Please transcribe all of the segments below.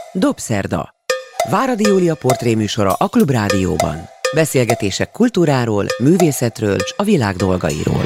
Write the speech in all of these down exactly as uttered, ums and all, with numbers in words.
Dobszerda. Váradi Júlia portréműsora a Klubrádióban. Beszélgetések kultúráról, művészetről és a világ dolgairól.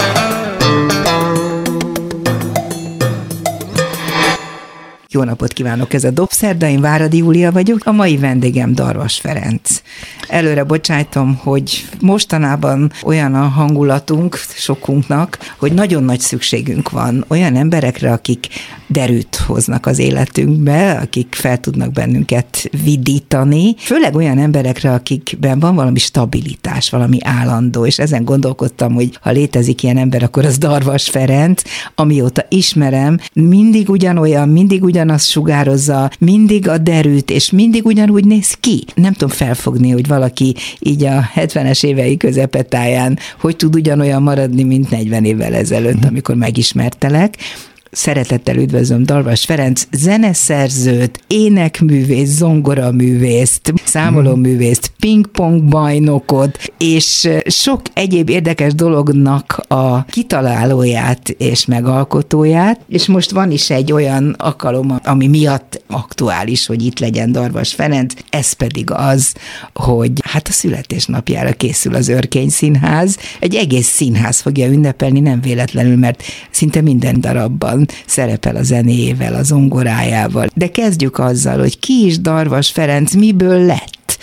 Jó napot kívánok, ez a Dobszerda, én Váradi Júlia vagyok, a mai vendégem Darvas Ferenc. Előre bocsájtom, hogy mostanában olyan a hangulatunk sokunknak, hogy nagyon nagy szükségünk van olyan emberekre, akik derűt hoznak az életünkbe, akik fel tudnak bennünket vidítani, főleg olyan emberekre, akikben van valami stabilitás, valami állandó, és ezen gondolkodtam, hogy ha létezik ilyen ember, akkor az Darvas Ferenc, amióta ismerem, mindig ugyanolyan, mindig ugyanazt sugározza, mindig a derűt, és mindig ugyanúgy néz ki. Nem tudom felfogni, hogy valaki így a hetvenes évei közepetáján hogy tud ugyanolyan maradni, mint negyven évvel ezelőtt, amikor megismertelek. Szeretettel üdvözlöm Darvas Ferenc, zeneszerzőt, énekművészt, zongoraművészt, számolóművészt, pingpong bajnokot, és sok egyéb érdekes dolognak a kitalálóját és megalkotóját, és most van is egy olyan alkalom, ami miatt aktuális, hogy itt legyen Darvas Ferenc, ez pedig az, hogy hát a születésnapjára készül az Örkény Színház, egy egész színház fogja ünnepelni, nem véletlenül, mert szinte minden darabban szerepel a zenéjével, a zongorájával. De kezdjük azzal, hogy ki is Darvas Ferenc, miből lett?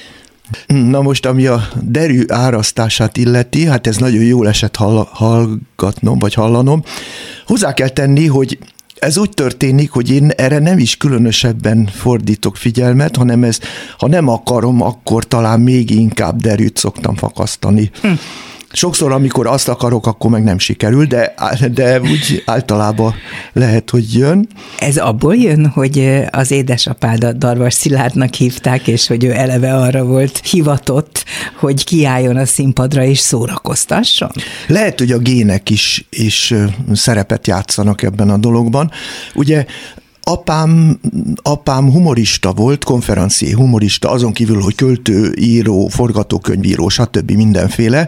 Na most, ami a derű árasztását illeti, hát ez nagyon jól esett hall- hallgatnom, vagy hallanom. Hozzá kell tenni, hogy ez úgy történik, hogy én erre nem is különösebben fordítok figyelmet, hanem ez, ha nem akarom, akkor talán még inkább derűt szoktam fakasztani. Hm. Sokszor, amikor azt akarok, akkor meg nem sikerül, de, de úgy általában lehet, hogy jön. Ez abból jön, hogy az édesapádat Darvas Szilárdnak hívták, és hogy ő eleve arra volt hivatott, hogy kiálljon a színpadra és szórakoztasson? Lehet, hogy a gének is, is szerepet játszanak ebben a dologban. Ugye Apám, apám humorista volt, konferencié humorista, azon kívül, hogy költő, író, forgatókönyvíró, stb. Mindenféle,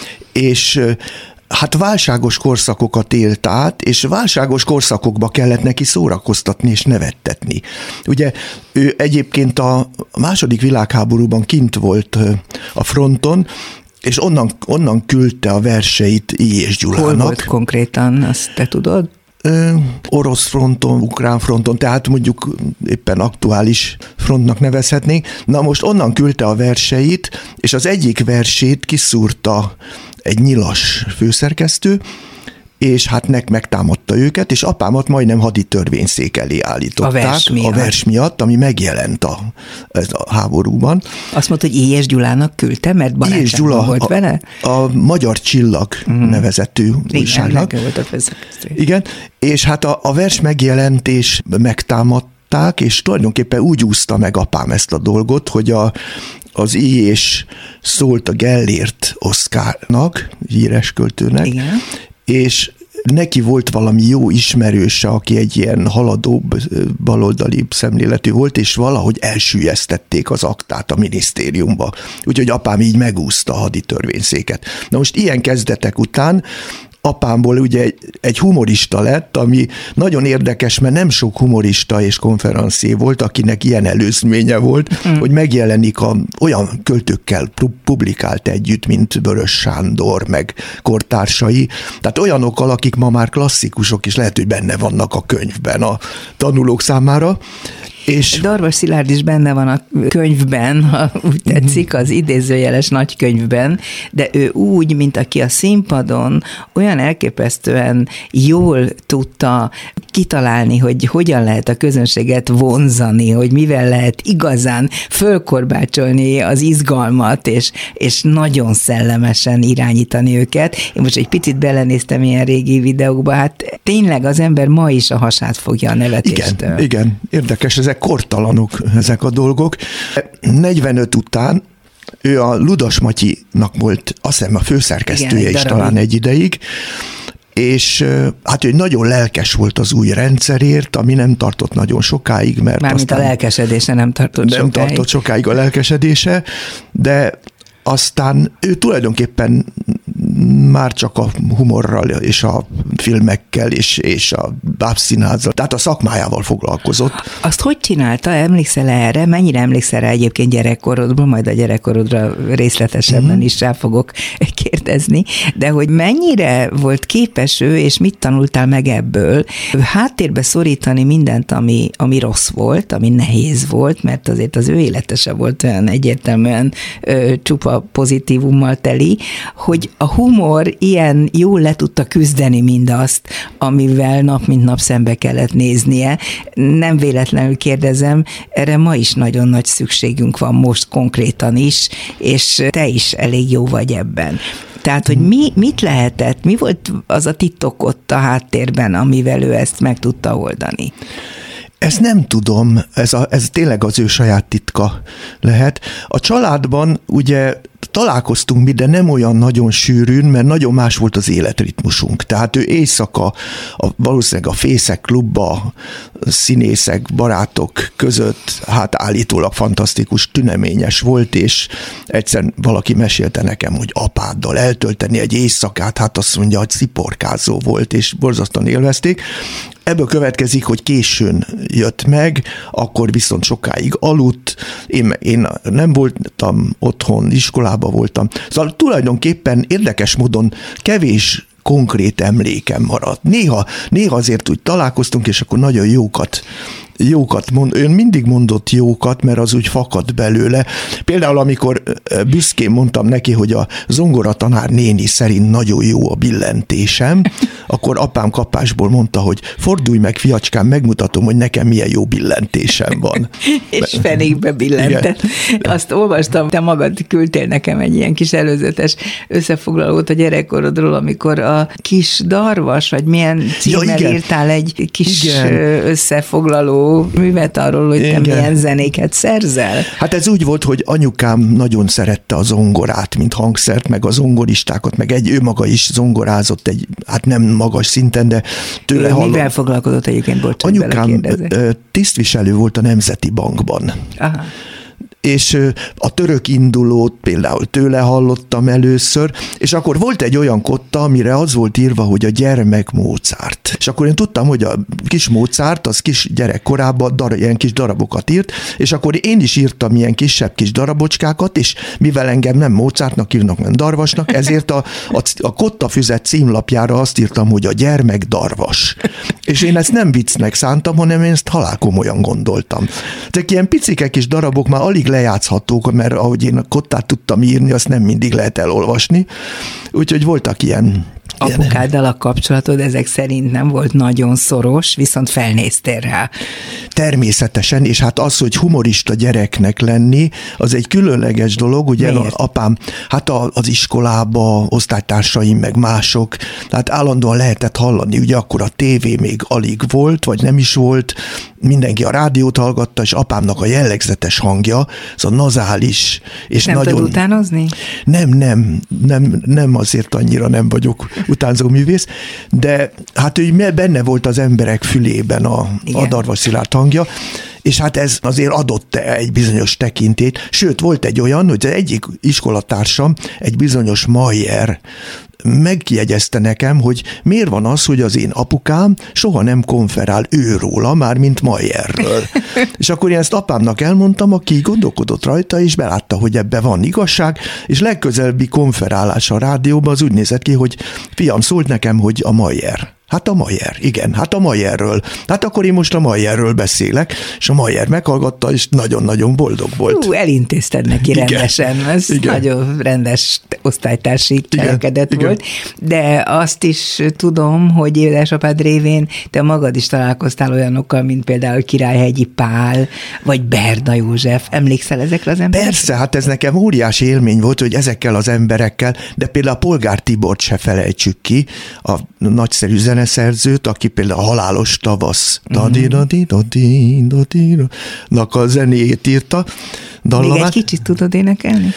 és hát válságos korszakokat élt át, és válságos korszakokba kellett neki szórakoztatni és nevettetni. Ugye ő egyébként a második világháborúban kint volt a fronton, és onnan, onnan küldte a verseit Illyés Gyulának. Hol volt konkrétan, azt te tudod? Orosz fronton, ukrán fronton, tehát mondjuk éppen aktuális frontnak nevezhetnénk. Na most onnan küldte a verseit, és az egyik versét kiszúrta egy nyilas főszerkesztő, és hát nek megtámadta őket, és apámat majdnem haditörvényszék elé állították. A vers miatt. A vers miatt, ami megjelent a, ez a háborúban. Azt mondta, hogy Illyés Gyulának küldte, mert barátságban volt a, vele? A Magyar Csillag uh-huh. nevezetű újságnak. Igen, volt a főszerkesztő. Igen, és hát a, a vers megjelentés megtámadták, és tulajdonképpen úgy úszta meg apám ezt a dolgot, hogy a az Illyés szólt a Gellért Oszkárnak, híres költőnek, igen. És neki volt valami jó ismerőse, aki egy ilyen haladóbb, baloldalibb szemléletű volt, és valahogy elsüllyesztették az aktát a minisztériumba. Úgyhogy apám így megúszta a haditörvényszéket. Na most ilyen kezdetek után apámból ugye egy, egy humorista lett, ami nagyon érdekes, mert nem sok humorista és konferencié volt, akinek ilyen előzménye volt, mm. hogy megjelenik a, olyan költőkkel publikált együtt, mint Vörös Sándor, meg kortársai, tehát olyanokkal, akik ma már klasszikusok, és lehet, hogy benne vannak a könyvben a tanulók számára. És Darvas Szilárd is benne van a könyvben, ha úgy tetszik, az idézőjeles nagykönyvben, de ő úgy, mint aki a színpadon olyan elképesztően jól tudta kitalálni, hogy hogyan lehet a közönséget vonzani, hogy mivel lehet igazán fölkorbácsolni az izgalmat, és, és nagyon szellemesen irányítani őket. Én most egy picit belenéztem ilyen régi videókba, hát tényleg az ember ma is a hasát fogja a nevetéstől. Igen, igen, érdekes, ezek kortalanok, ezek a dolgok. negyvenöt után ő a Ludas Matyinak volt, azt hiszem a főszerkesztője igen, is darabig. Talán egy ideig, és hát ő nagyon lelkes volt az új rendszerért, ami nem tartott nagyon sokáig, mert Mármint aztán... a lelkesedése nem tartott nem sokáig. Nem tartott sokáig a lelkesedése, de aztán ő tulajdonképpen már csak a humorral és a filmekkel és, és a bábszínházzal, tehát a szakmájával foglalkozott. Azt hogy csinálta? Emlékszel erre? Mennyire emlékszel rá egyébként gyerekkorodban, majd a gyerekkorodra részletesebben mm-hmm. is rá fogok kérdezni, de hogy mennyire volt képes ő, és mit tanultál meg ebből, háttérbe szorítani mindent, ami, ami rossz volt, ami nehéz volt, mert azért az ő élete se volt olyan egyértelműen ö, csupa pozitívummal teli, hogy a humor ilyen jól le tudta küzdeni mindazt, amivel nap mint nap szembe kellett néznie. Nem véletlenül kérdezem, erre ma is nagyon nagy szükségünk van most konkrétan is, és te is elég jó vagy ebben. Tehát, hogy mi, mit lehetett, mi volt az a titok ott a háttérben, amivel ő ezt meg tudta oldani? Ezt nem tudom, ez, a, ez tényleg az ő saját titka lehet. A családban ugye találkoztunk mi, de nem olyan nagyon sűrűn, mert nagyon más volt az életritmusunk. Tehát ő éjszaka a, valószínűleg a Fészek klubba, színészek, barátok között, hát állítólag fantasztikus, tüneményes volt, és egyszer valaki mesélte nekem, hogy apáddal eltölteni egy éjszakát, hát azt mondja, hogy sziporkázó volt, és borzasztóan élvezték. Ebből következik, hogy későn jött meg, akkor viszont sokáig aludt, én, én nem voltam otthon, iskolában voltam. Szóval tulajdonképpen érdekes módon kevés konkrét emlékem maradt. Néha, néha azért úgy találkoztunk, és akkor nagyon jókat jókat mond, ön mindig mondott jókat, mert az úgy fakad belőle. Például, amikor büszkén mondtam neki, hogy a zongora tanár néni szerint nagyon jó a billentésem, akkor apám kapásból mondta, hogy fordulj meg, fiacskám, megmutatom, hogy nekem milyen jó billentésem van. És fenékbe billentett. Igen. Azt olvastam, te magad küldtél nekem egy ilyen kis előzetes összefoglalót a gyerekkorodról, amikor a kis darvas, vagy milyen címmel ja, írtál egy kis igen. összefoglaló művet arról, hogy te milyen zenéket szerzel? Hát ez úgy volt, hogy anyukám nagyon szerette a zongorát, mint hangszert, meg a zongoristákat, meg egy ő maga is zongorázott egy, hát nem magas szinten, de tőle hallott. Mivel foglalkozott egyébként, bocsánat, anyukám tisztviselő volt a Nemzeti Bankban. Aha. És a török indulót például tőle hallottam először, és akkor volt egy olyan kotta, amire az volt írva, hogy a gyermek Mozart. És akkor én tudtam, hogy a kis Mozart, az kis gyerek korában dar, ilyen kis darabokat írt, és akkor én is írtam ilyen kisebb kis darabocskákat, és mivel engem nem Mozartnak írnak, nem Darvasnak, ezért a, a, a kottafüzet címlapjára azt írtam, hogy a gyermek Darvas. És én ezt nem viccnek szántam, hanem én ezt halálkomolyan gondoltam. Ezek ilyen picike kis darabok már alig lejátszhatók, mert ahogy én a kottát tudtam írni, azt nem mindig lehet elolvasni. Úgyhogy voltak ilyen... Apukáddal a kapcsolatod ezek szerint nem volt nagyon szoros, viszont felnéztél rá. Természetesen, és hát az, hogy humorista gyereknek lenni, az egy különleges dolog, ugye miért? Apám, hát az iskolába, osztálytársaim, meg mások, tehát állandóan lehetett hallani, ugye akkor a tévé még alig volt, vagy nem is volt, mindenki a rádiót hallgatta, és apámnak a jellegzetes hangja, az a nazális, és nem nagyon... tud utánozni? Nem, nem, nem, nem azért annyira nem vagyok utánzó művész, de hát ő benne volt az emberek fülében a, a Darvas Szilárd hangja, és hát ez azért adott egy bizonyos tekintét, sőt, volt egy olyan, hogy az egyik iskolatársam, egy bizonyos Mayer megjegyezte nekem, hogy miért van az, hogy az én apukám soha nem konferál őróla, már mint Mayerről. És akkor én ezt apámnak elmondtam, aki gondolkodott rajta, és belátta, hogy ebbe van igazság, és legközelebbi konferálás a rádióban az úgy nézett ki, hogy fiam, szólt nekem, hogy a Mayer. Hát a Mayer, igen, hát a Mayerről. Hát akkor én most a Mayerről beszélek, és a Mayer meghallgatta, és nagyon-nagyon boldog volt. Hú, elintézted neki igen, rendesen, ez igen. nagyon rendes osztálytársi cselekedet volt, de azt is tudom, hogy édesapád révén te magad is találkoztál olyanokkal, mint például Királyhegyi Pál, vagy Berda József. Emlékszel ezekre az emberekre? Persze, hát ez nekem óriási élmény volt, hogy ezekkel az emberekkel, de például a Polgár Tibort se felejtsük ki, a nagyszerű zeneszerzőt, aki például a Halálos tavasz nak a zenéjét írta. Még egy kicsit tudod énekelni?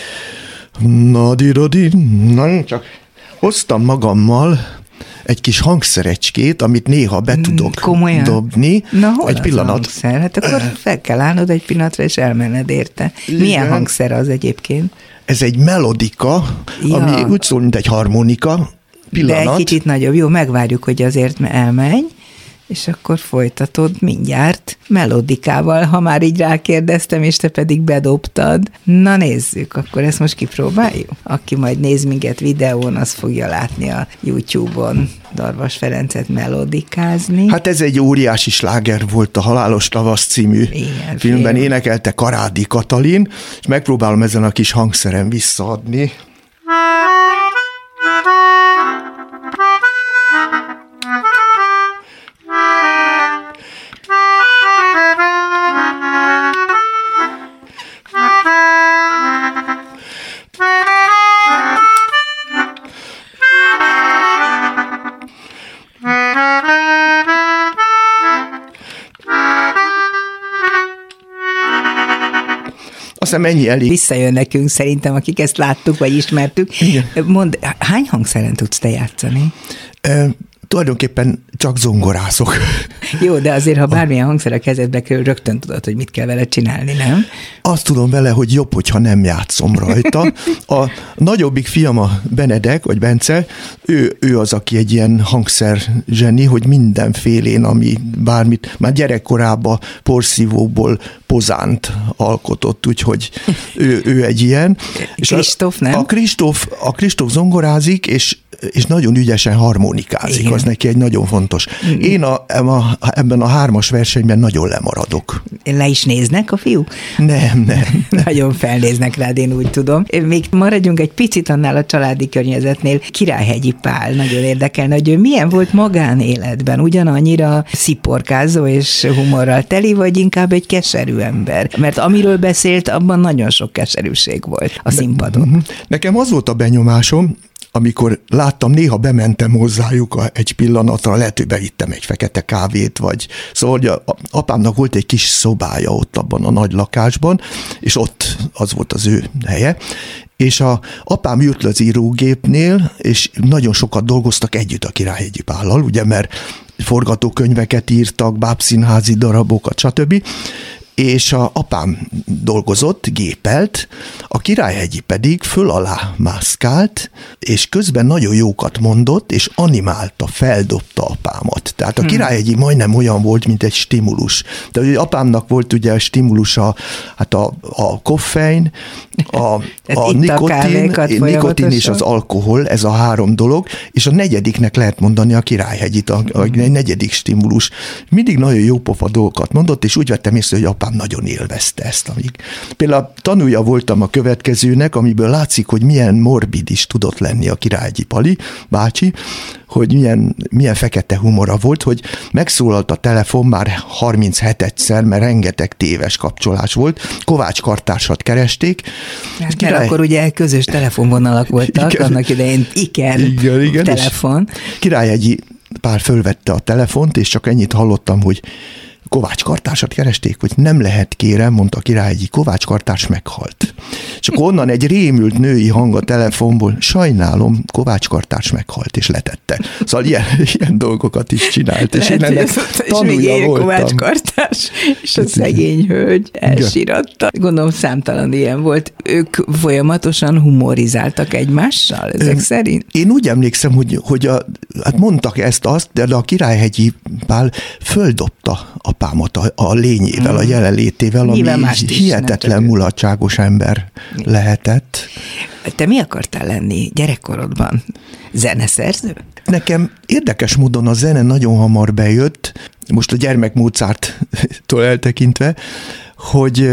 Na, csak hoztam magammal egy kis hangszerecskét, amit néha be tudok Komolyan? dobni. Na, hol egy az pillanat. hangszer? Hát akkor fel kell állnod egy pillanatra, és elmenned érte. Milyen igen. hangszer az egyébként? Ez egy melodika, ja. ami úgy szól, mint egy harmonika, pillanat. De egy kicsit nagyobb. Jó, megvárjuk, hogy azért elmegy, és akkor folytatod mindjárt melodikával, ha már így rákérdeztem, és te pedig bedobtad. Na nézzük, akkor ezt most kipróbáljuk. Aki majd néz minket videón, az fogja látni a YouTube-on Darvas Ferencet melodikázni. Hát ez egy óriási sláger volt, a Halálos tavasz című Igen, filmben film. Énekelte Karádi Katalin, és megpróbálom ezen a kis hangszeren visszaadni. Azt hiszem, ennyi elég. Visszajön nekünk szerintem, akik ezt láttuk, vagy ismertük. Igen. Mondd, hány hangszeren tudsz te játszani? E, tulajdonképpen csak zongorázok. Jó, de azért, ha bármilyen hangszer a kezedbe kerül, rögtön tudod, hogy mit kell vele csinálni, nem? Azt tudom vele, hogy jobb, hogyha nem játszom rajta. A nagyobbik fiam, a Benedek, vagy Bence, ő, ő az, aki egy ilyen hangszer zseni, hogy mindenfélén, ami bármit, már gyerekkorában porszívóból pozánt alkotott, úgyhogy ő, ő egy ilyen. Kristóf, nem? A Kristóf, a Kristóf zongorázik, és és nagyon ügyesen harmonikázik, Igen. az neki egy nagyon fontos. Mm. Én a, a, ebben a hármas versenyben nagyon lemaradok. Le is néznek a fiúk? Nem, nem. Nagyon felnéznek rád, én úgy tudom. Még maradjunk egy picit annál a családi környezetnél. Királyhegyi Pál, nagyon érdekelne, hogy ő milyen volt magánéletben? Ugyanannyira sziporkázó és humorral teli, vagy inkább egy keserű ember? Mert amiről beszélt, abban nagyon sok keserűség volt a színpadon. Nekem az volt a benyomásom, amikor láttam, néha bementem hozzájuk a, egy pillanatra, lehet, hogy bevittem egy fekete kávét, vagy szóval hogy apámnak volt egy kis szobája ott abban a nagy lakásban, és ott az volt az ő helye, és a apám ült az írógépnél, és nagyon sokat dolgoztak együtt a Királyhegyi Pállal, ugye, mert forgatókönyveket írtak, bábszínházi darabokat, stb., és a apám dolgozott, gépelt, a Királyhegyi pedig föl alá mászkált, és közben nagyon jókat mondott, és animálta, feldobta apámat. Tehát a Királyhegyi majdnem olyan volt, mint egy stimulus. De ugye apámnak volt ugye a stimulusa, hát a, a koffein, a, a nikotin, a nikotin és az alkohol, ez a három dolog, és a negyediknek lehet mondani a Királyhegyit, a, a negyedik stimulus. Mindig nagyon jópofa dolgokat mondott, és úgy vettem észre, hogy apám nagyon élvezte ezt. Amíg. Például tanulja voltam a következőnek, amiből látszik, hogy milyen morbid is tudott lenni a Királyhegyi Pali bácsi, hogy milyen, milyen fekete humora volt, hogy megszólalt a telefon már harminchetedszer, mert rengeteg téves kapcsolás volt. Kovács kartársat keresték. Hát, király... Mert akkor ugye közös telefonvonalak voltak, igen. Annak idején iker igen, igen, telefon. Királyhegyi Pál fölvette a telefont, és csak ennyit hallottam, hogy Kovács kartársat keresték, hogy nem lehet, kérem, mondta a Királyhegyi, Kovács kartárs meghalt. És akkor onnan egy rémült női hang a telefonból, sajnálom, Kovács kartárs meghalt, és letette. Szóval ilyen, ilyen dolgokat is csinált, és én ennek tanulja voltam. Kovács kartárs, és a szegény hölgy elsíratta. Gondolom számtalan ilyen volt. Ők folyamatosan humorizáltak egymással, ezek Ön, szerint? Én úgy emlékszem, hogy, hogy a, hát mondtak ezt-azt, de a Királyhegyi Pál földobta apámat a, a lényével, a jelenlétével, ami hihetetlen mulatságos ember lehetett. Te mi akartál lenni gyerekkorodban? Zeneszerző? Nekem érdekes módon a zene nagyon hamar bejött, most a gyermek Mozarttól eltekintve, hogy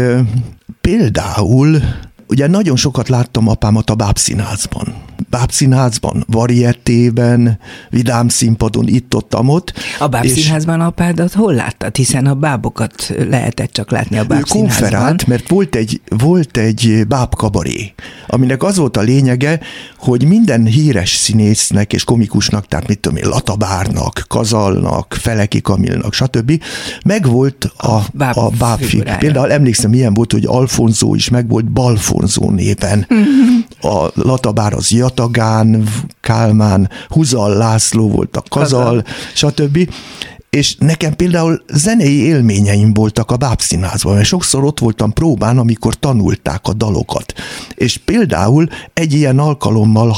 például ugye nagyon sokat láttam apámat a bábszínházban. Bábszínházban, varietében, vidám színpadon, itt-ott-ott. A bábszínházban apádat hol láttad? Hiszen a bábokat lehetett csak látni a bábszínházban. Ő konferált, mert volt egy, volt egy bábkabaré, aminek az volt a lényege, hogy minden híres színésznek és komikusnak, tehát mit tudom én, Latabárnak, Kazalnak, Feleki Kamilnak, stb. Megvolt a, a, báb a bábfig. Például emlékszem, ilyen volt, hogy Alfonzó is megvolt Balfonzó néven. A Latabár az Jatagán, Kálmán, Huzal László volt a Kazal, Kazal. stb. És nekem például zenei élményeim voltak a bábszínházban, mert sokszor ott voltam próbán, amikor tanulták a dalokat. És például egy ilyen alkalommal hallgat,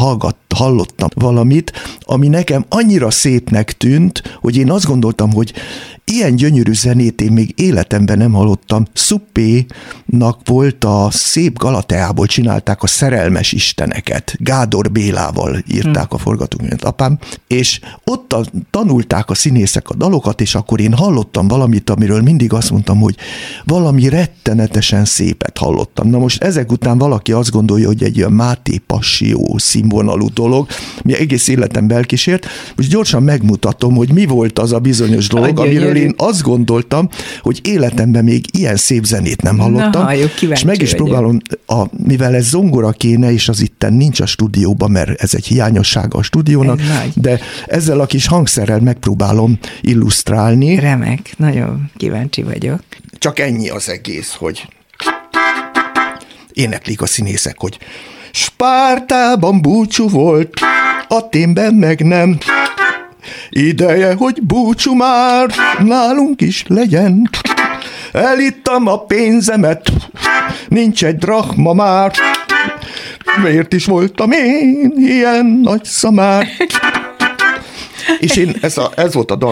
hallottam valamit, ami nekem annyira szépnek tűnt, hogy én azt gondoltam, hogy ilyen gyönyörű zenét én még életemben nem hallottam. Suppénak volt a Szép Galateából csinálták a Szerelmes isteneket. Gádor Bélával írták a forgatókönyvet, apám, és ott a, tanulták a színészek a dalokat, és akkor én hallottam valamit, amiről mindig azt mondtam, hogy valami rettenetesen szépet hallottam. Na most ezek után valaki azt gondolja, hogy egy olyan Máté Passió színvonalú dolog, mi egész életemben elkísért. Most gyorsan megmutatom, hogy mi volt az a bizonyos dolog, amiről én azt gondoltam, hogy életemben még ilyen szép zenét nem hallottam. Na, halljuk, és meg is vagyok. próbálom, a, mivel ez zongora kéne, és az itten nincs a stúdióban, mert ez egy hiányossága a stúdiónak, de ezzel a kis hangszerrel megpróbálom illusztrálni. Remek, nagyon kíváncsi vagyok. Csak ennyi az egész, hogy éneklik a színészek, hogy Spártában búcsú volt, Athénben meg nem. Ideje, hogy búcsú már nálunk is legyen. Elittam a pénzemet, nincs egy drachma már. Miért is voltam én ilyen nagy szamár? És én, ez, a, ez volt a dal.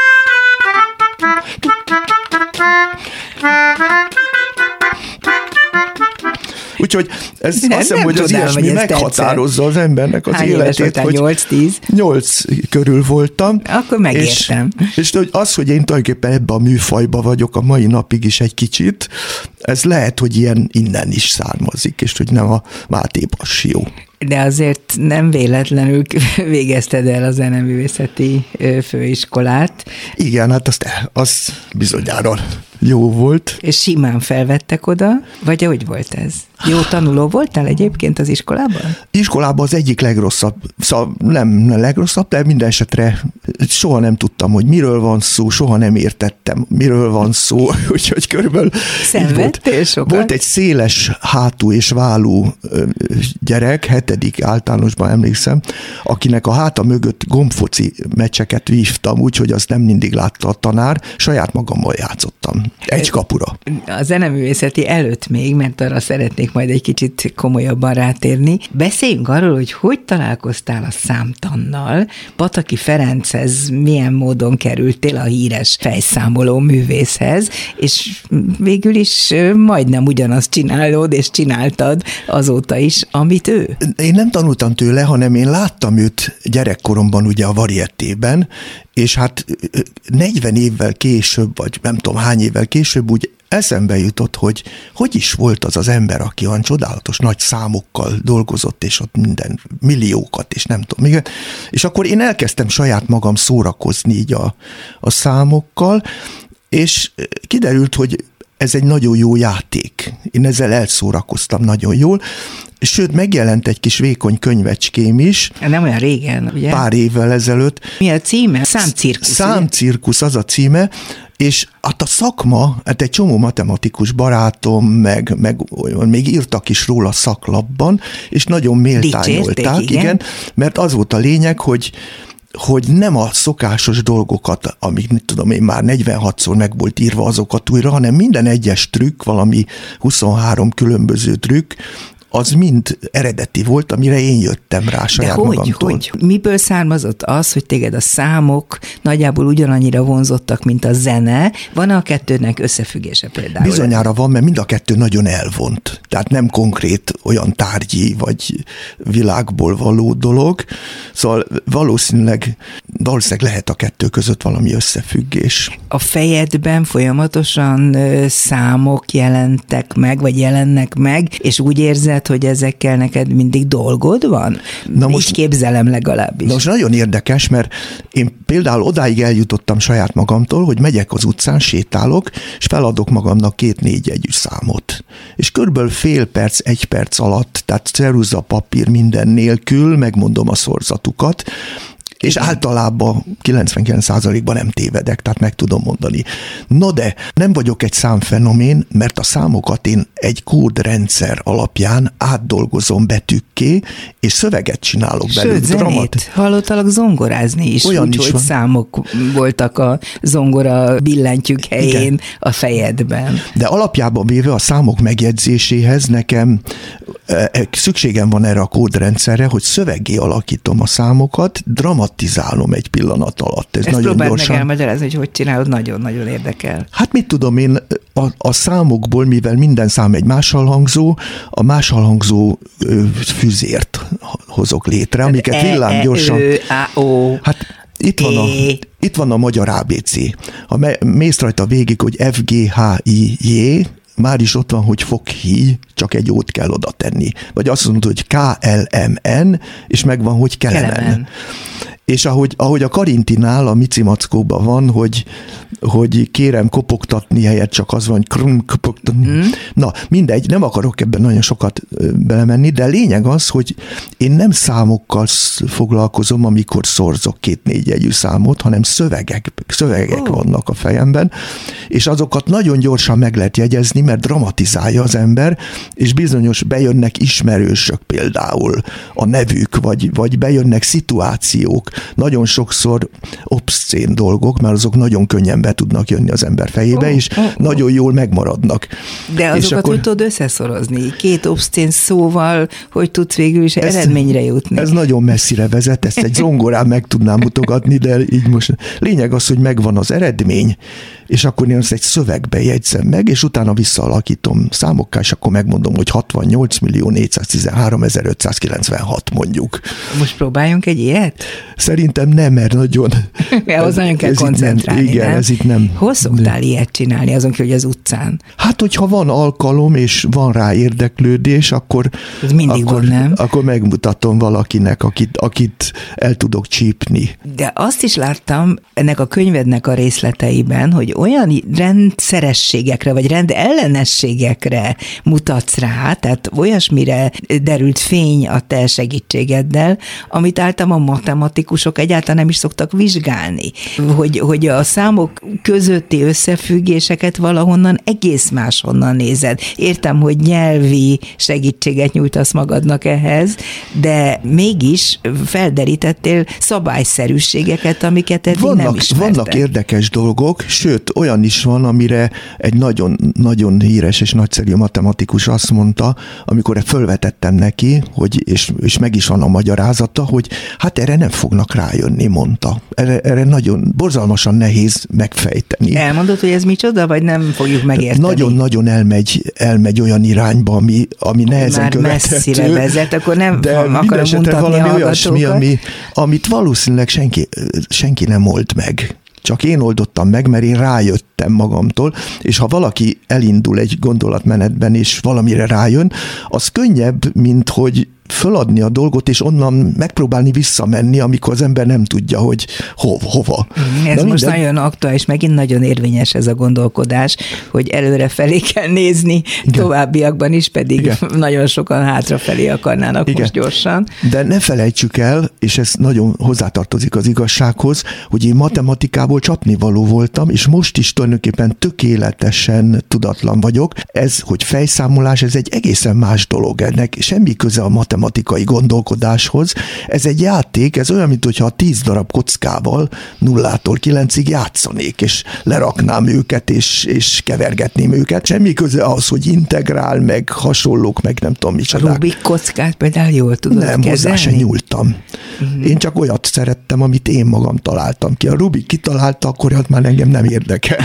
Úgyhogy ez nem, azt hiszem, nem hogy az csodálom, ilyesmi hogy ez meghatározza tetszett. az embernek az Hány életét. Hogy nyolc-tíz? nyolc körül voltam. Akkor megértem. És, és hogy az, hogy én tulajdonképpen ebbe a műfajba vagyok a mai napig is egy kicsit, ez lehet, hogy ilyen innen is származik, és hogy nem a Máté Passió. De azért nem véletlenül végezted el a zeneművészeti főiskolát. Igen, hát azt, az bizonyára jó volt. És simán felvettek oda, vagy hogy volt ez? Jó tanuló voltál egyébként az iskolában? Iskolában az egyik legrosszabb, szóval nem a legrosszabb, de minden esetre soha nem tudtam, hogy miről van szó, soha nem értettem, miről van szó, úgyhogy körülbelül szenvedtél sokat? Volt egy széles hátú és vállú gyerek, hetedik általánosban emlékszem, akinek a háta mögött gombfoci meccseket vívtam, úgyhogy azt nem mindig látta a tanár, saját magammal játszottam. Egy kapura. A zeneművészeti előtt még, mert arra szeretnék majd egy kicsit komolyabban rátérni. Beszéljünk arról, hogy hogy találkoztál a számtannal, Pataki Ferenchez milyen módon kerültél a híres fejszámoló művészhez, és végül is majdnem ugyanazt csinálod, és csináltad azóta is, amit ő. Én nem tanultam tőle, hanem én láttam őt gyerekkoromban ugye a Variettében, és hát negyven évvel később, vagy nem tudom hány évvel később úgy eszembe jutott, hogy hogy is volt az az ember, aki olyan csodálatos nagy számokkal dolgozott, és ott minden milliókat, és nem tudom. Még, és akkor én elkezdtem saját magam szórakozni így a, a számokkal, és kiderült, hogy ez egy nagyon jó játék. Én ezzel elszórakoztam nagyon jól, sőt, megjelent egy kis vékony könyvecském is. Nem olyan régen, ugye? Pár évvel ezelőtt. Mi a címe? Számcirkusz. Számcirkusz az a címe, és hát a szakma, hát egy csomó matematikus barátom, meg, meg még írtak is róla szaklapban, és nagyon méltányolták, igen? igen, mert az volt a lényeg, hogy hogy nem a szokásos dolgokat, amik, mit tudom én, már negyvenhatszor meg volt írva azokat újra, hanem minden egyes trükk, valami huszonhárom különböző trükk, az mind eredeti volt, amire én jöttem rá saját De hogy, magamtól. hogy? Miből származott az, hogy téged a számok nagyjából ugyanannyira vonzottak, mint a zene? Van a kettőnek összefüggése például? Bizonyára van, mert mind a kettő nagyon elvont. Tehát nem konkrét olyan tárgyi vagy világból való dolog. Szóval valószínűleg, valószínűleg lehet a kettő között valami összefüggés. A fejedben folyamatosan számok jelentek meg, vagy jelennek meg, és úgy érzed, hogy ezekkel neked mindig dolgod van? Na most, így képzelem legalábbis. Na most nagyon érdekes, mert én például odáig eljutottam saját magamtól, hogy megyek az utcán, sétálok, és feladok magamnak két-négy jegyű számot. És körülbelül fél perc, egy perc alatt, tehát ceruza, papír minden nélkül megmondom a szorzatukat, És Igen. általában kilencvenkilenc százalékban nem tévedek, tehát meg tudom mondani. No de nem vagyok egy számfenomén, mert a számokat én egy kódrendszer alapján átdolgozom betűkké, és szöveget csinálok belőle. Sőt, zenét. Dramat... Hallottalak zongorázni is, úgyhogy számok voltak a zongora billentyűk helyén. Igen. A fejedben. De alapjában véve a számok megjegyzéséhez nekem szükségem van erre a kódrendszerre, hogy szöveggé alakítom a számokat, dramatizálom egy pillanat alatt. Ez Ezt nagyon próbáld gyorsan. meg elmagyarázni, hogy hogy csinálod, nagyon-nagyon érdekel. Hát mit tudom én, a, a számokból, mivel minden szám egy mássalhangzó, a mássalhangzó füzért hozok létre, amiket villámgyorsan... E, A, O. Hát Itt van, a, itt van a magyar á bé cé. Ha mész rajta végig, hogy F, G, H, I, J, már is ott van, hogy foghíj, csak egy ót kell oda tenni. Vagy azt mondod, hogy K, L, M, N, és megvan, hogy Kelemen. Kelemen. És ahogy, ahogy a Karintinál, a Mici Mackóban van, hogy, hogy kérem kopogtatni helyett csak az van, hogy krum, kopogtatni. Mm. Na, mindegy, nem akarok ebben nagyon sokat belemenni, de a lényeg az, hogy én nem számokkal foglalkozom, amikor szorzok két-négy jegyű számot, hanem szövegek, szövegek oh. vannak a fejemben, és azokat nagyon gyorsan meg lehet jegyezni, mert dramatizálja az ember, és bizonyos bejönnek ismerősök például a nevük, vagy, vagy bejönnek szituációk, nagyon sokszor obszcén dolgok, mert azok nagyon könnyen be tudnak jönni az ember fejébe, oh, és oh, oh. nagyon jól megmaradnak. De azokat akkor... hogy tudod összeszorozni? Két obszcén szóval, hogy tudsz végül is ez, eredményre jutni? Ez nagyon messzire vezet, ezt egy zongorán meg tudnám mutogatni, de így most lényeg az, hogy megvan az eredmény, és akkor én ezt egy szövegbe jegyzem meg, és utána visszaalakítom számokká, és akkor megmondom, hogy hatvannyolc millió négyszáztizenháromezer-ötszázkilencvenhat mondjuk. Most próbáljunk egy ilyet? Szerintem nem, mert nagyon... Ahhoz nagyon kell koncentrálni, nem, igen, nem? ez itt nem... Hol szoktál ilyet csinálni, azon ki, hogy az utcán? Hát, hogyha van alkalom, és van rá érdeklődés, akkor... Ez mindig akkor, van, nem? Akkor megmutatom valakinek, akit, akit el tudok csípni. De azt is láttam ennek a könyvednek a részleteiben, hogy olyan rendszerességekre, vagy rendellenességekre mutatsz rá, tehát olyasmire derült fény a te segítségeddel, amit általában a matematikusok egyáltalán nem is szoktak vizsgálni. Hogy, hogy a számok közötti összefüggéseket valahonnan egész máshonnan nézed. Értem, hogy nyelvi segítséget nyújtasz magadnak ehhez, de mégis felderítettél szabályszerűségeket, amiket eddig vannak, nem ismertek. Vannak érdekes dolgok, sőt, olyan is van, amire egy nagyon, nagyon híres és nagyszerű matematikus azt mondta, amikor fölvetettem neki, hogy, és, és meg is van a magyarázata, hogy hát erre nem fognak rájönni, mondta. Erre, erre nagyon borzalmasan nehéz megfejteni. Elmondod, hogy ez micsoda, vagy nem fogjuk megérteni? Nagyon-nagyon elmegy, elmegy olyan irányba, ami, ami nehezen már követhető. Már messzire vezet, akkor nem de akarom mutatni valami a olyasmi, ami, amit valószínűleg senki, senki nem old meg. Csak én oldottam meg, mert én rájöttem magamtól, és ha valaki elindul egy gondolatmenetben, és valamire rájön, az könnyebb, mint hogy föladni a dolgot, és onnan megpróbálni visszamenni, amikor az ember nem tudja, hogy ho, hova. Ez Na, most minden... nagyon aktuális, megint nagyon érvényes ez a gondolkodás, hogy előre felé kell nézni, igen. Továbbiakban is pedig igen. Nagyon sokan hátrafelé akarnának igen. most gyorsan. De ne felejtsük el, és ez nagyon hozzátartozik az igazsághoz, hogy én matematikából csapnivaló voltam, és most is tulajdonképpen tökéletesen tudatlan vagyok. Ez, hogy fejszámolás, ez egy egészen más dolog. Ennek semmi köze a matematikai gondolkodáshoz. Ez egy játék, ez olyan, mintha tíz darab kockával nullától kilencig játszanék, és leraknám őket, és, és kevergetném őket. Semmi köze ahhoz, hogy integrál, meg hasonlók, meg nem tudom micsodák. A Rubik kockát például jól tudod Nem, kezelni? hozzá se nyúltam. Uh-huh. Én csak olyat szerettem, amit én magam találtam ki. A Rubik kitalálta, akkor ott már engem nem érdekel.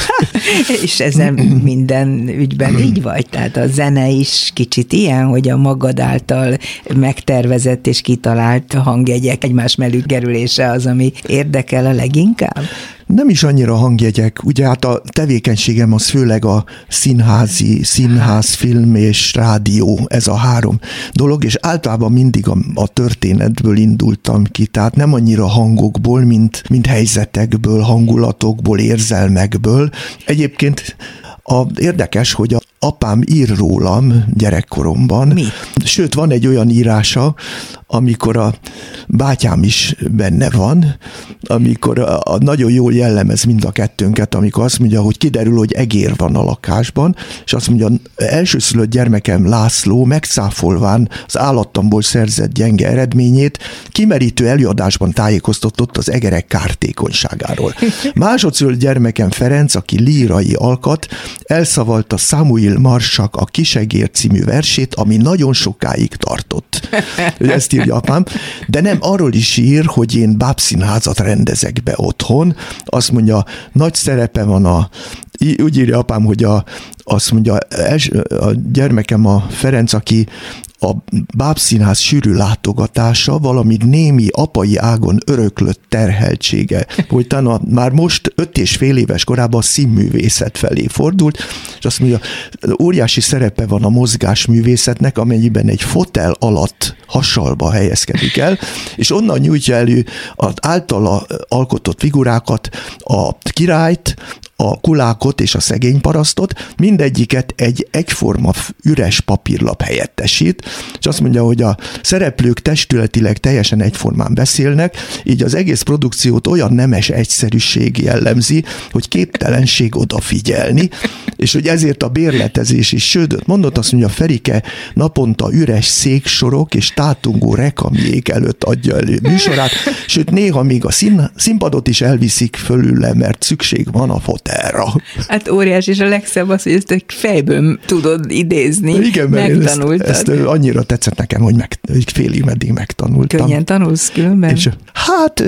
És ezen minden ügyben így vagy? Tehát a zene is kicsit ilyen, hogy a magad által megtervezett és kitalált hangjegyek egymás mellé kerülése az, ami érdekel a leginkább? Nem is annyira hangjegyek. Ugye hát a tevékenységem az főleg a színházi, színház, film és rádió, ez a három dolog, és általában mindig a, a történetből indultam ki, tehát nem annyira hangokból, mint, mint helyzetekből, hangulatokból, érzelmekből. Egyébként a, érdekes, hogy a apám ír rólam gyerekkoromban. Mi? Sőt, van egy olyan írása, amikor a bátyám is benne van, amikor a, a nagyon jól jellemez mind a kettőnket, amikor azt mondja, hogy kiderül, hogy egér van a lakásban, és azt mondja, elsőszülött gyermekem László megcáfolván az állattamból szerzett gyenge eredményét kimerítő előadásban tájékoztatott az egerek kártékonyságáról. Másodszülött gyermekem Ferenc, aki lírai alkat, elszavalta Samuel Marsak a Kisegér című versét, ami nagyon sokáig tartott. Ezt írja apám, de nem arról is ír, hogy én bábszínházat rendezek be otthon. Azt mondja, nagy szerepe van a, úgy írja apám, hogy a, azt mondja, a gyermekem a Ferenc, aki a bábszínház sűrű látogatása, valamint némi apai ágon öröklött terheltsége, hogy talán már most öt és fél éves korában a színművészet felé fordult, és azt mondja, óriási szerepe van a mozgásművészetnek, amennyiben egy fotel alatt hasalba helyezkedik el, és onnan nyújtja elő az általa alkotott figurákat, a királyt, a kulákot és a szegény parasztot, mindegyiket egy egyforma üres papírlap helyettesít, és azt mondja, hogy a szereplők testületileg teljesen egyformán beszélnek, így az egész produkciót olyan nemes egyszerűség jellemzi, hogy képtelenség odafigyelni, és hogy ezért a bérletezés is sődöt mondott, azt mondja, Ferike naponta üres széksorok és tátongó rekamiék előtt adja elő műsorát, sőt néha még a szín, színpadot is elviszik fölül, mert szükség van a fotelra. Hát óriás, és a legszebb az, hogy ezt fejből tudod idézni. Igen, megtanultad. Ezt, ezt annyira tetszett nekem, hogy, meg, hogy félig meddig megtanultam. Könnyen tanulsz különben? És, hát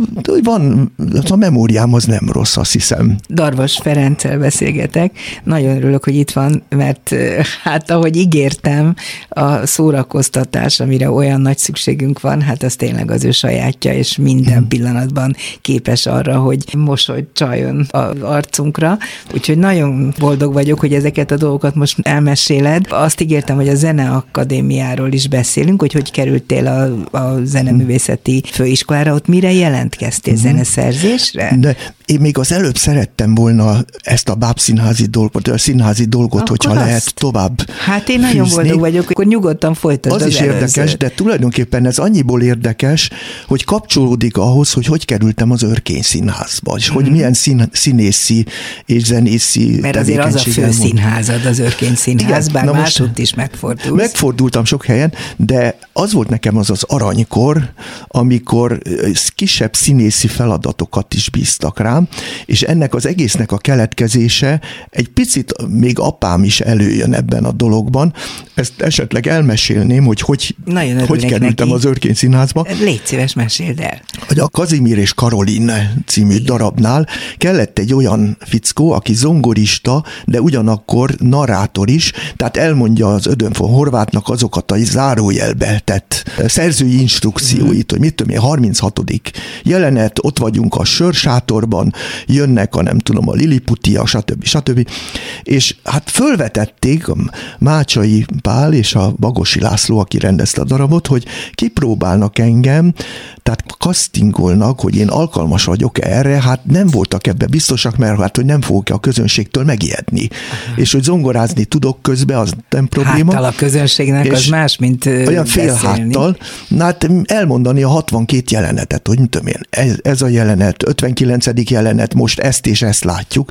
van, a memóriám az nem rossz, azt hiszem. Darvas Ferenccel beszélgetek. Nagyon örülök, hogy itt van, mert hát ahogy ígértem, a szórakoztatás, amire olyan nagy szükségünk van, hát az tényleg az ő sajátja, és minden hmm. pillanatban képes arra, hogy mosolyt csaljon az arcunkra. Úgyhogy nagyon boldog vagyok, hogy ezeket a dolgokat most elmeséled. Azt ígértem, hogy a Zeneakadémiáról is beszélünk, hogy hogy kerültél a, a zeneművészeti főiskolára, ott mire jelentkeztél, hmm. zeneszerzésre? De én még az előbb szerettem volna ezt a bábszínházi dolgot, a színházi dolgot, akkor hogyha azt lehet tovább Hát én nagyon fűzni. boldog vagyok, akkor nyugodtan folytasd az, az is előzőt. Érdekes, de tulajdonképpen ez annyiból érdekes, hogy kapcsolódik ahhoz, hogy hogy kerültem az Örkény Színházba, és mm. hogy milyen szín, színészi és zenészi Mert azért az a fő színházad, az Örkény Színház, bár máshogy is megfordulsz. Megfordultam sok helyen, de az volt nekem az az aranykor, amikor kisebb színészi feladatokat is bíztak rám, és ennek az egésznek a keletkezése egy picit még apám is előjön ebben a dologban. Ezt esetleg elmesélném, hogy hogy, hogy kerültem neki az Örkény Színházba. Légy szíves, meséld el. Hogy a Kazimír és Karolin című darabnál kellett egy olyan fickó, aki zongorista, de ugyanakkor narrátor is, tehát elmondja az Ödön von Horvátnak azokat a zárójelbe tett szerzői instrukcióit, hogy mit tudom én, harminchatodik jelenet, ott vagyunk a sörsátorban, jönnek a nem tudom, a liliputiak, stb. stb. És hát fölvetették a Mácsai Pál és a Bagosi László, aki rendezte a darabot, hogy kipróbálnak engem, tehát castingolnak, hogy én alkalmas vagyok erre, hát nem voltak ebbe biztosak, mert hát, hogy nem fogok a közönségtől megijedni. Aha. És hogy zongorázni tudok közben, az nem probléma. Háttal a közönségnek az más, mint olyan félháttal. Na hát elmondani a hatvankét jelenetet, hogy mit tudom én, ez, ez a jelenet, ötvenkilencedik jelenet, most ezt és ezt látjuk.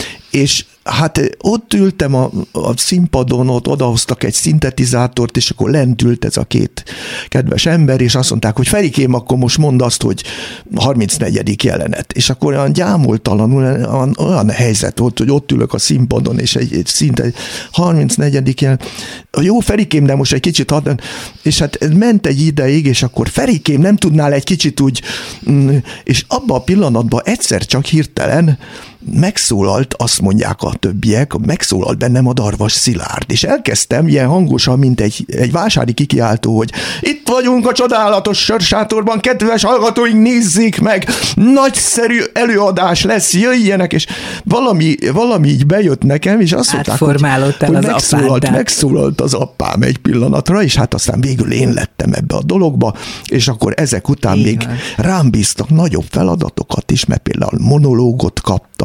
És hát ott ültem a, a színpadon, ott odahoztak egy szintetizátort, és akkor lent ült ez a két kedves ember, és azt mondták, hogy Ferikém, akkor most mondd azt, hogy harmincnegyedik jelenet. És akkor olyan gyámoltalanul olyan, olyan helyzet volt, hogy ott ülök a színpadon, és egy, egy szinte harmincnegyedik jelenet. Jó, Ferikém, de most egy kicsit hadd... És hát ment egy ideig, és akkor Ferikém, nem tudnál egy kicsit úgy... És abban a pillanatban egyszer csak hirtelen megszólalt, azt mondják a többiek, megszólalt bennem a Darvas Szilárd, és elkezdtem ilyen hangosan, mint egy, egy vásári kikiáltó, hogy itt vagyunk a csodálatos sörsátorban, kedves hallgatóink, nézzék meg, nagyszerű előadás lesz, jöjjenek, és valami, valami így bejött nekem, és azt mondták, hogy, hogy az megszólalt, megszólalt az apám egy pillanatra, és hát aztán végül én lettem ebbe a dologba, és akkor ezek után igen. még rám bíztak nagyobb feladatokat is, mert például monológot kaptam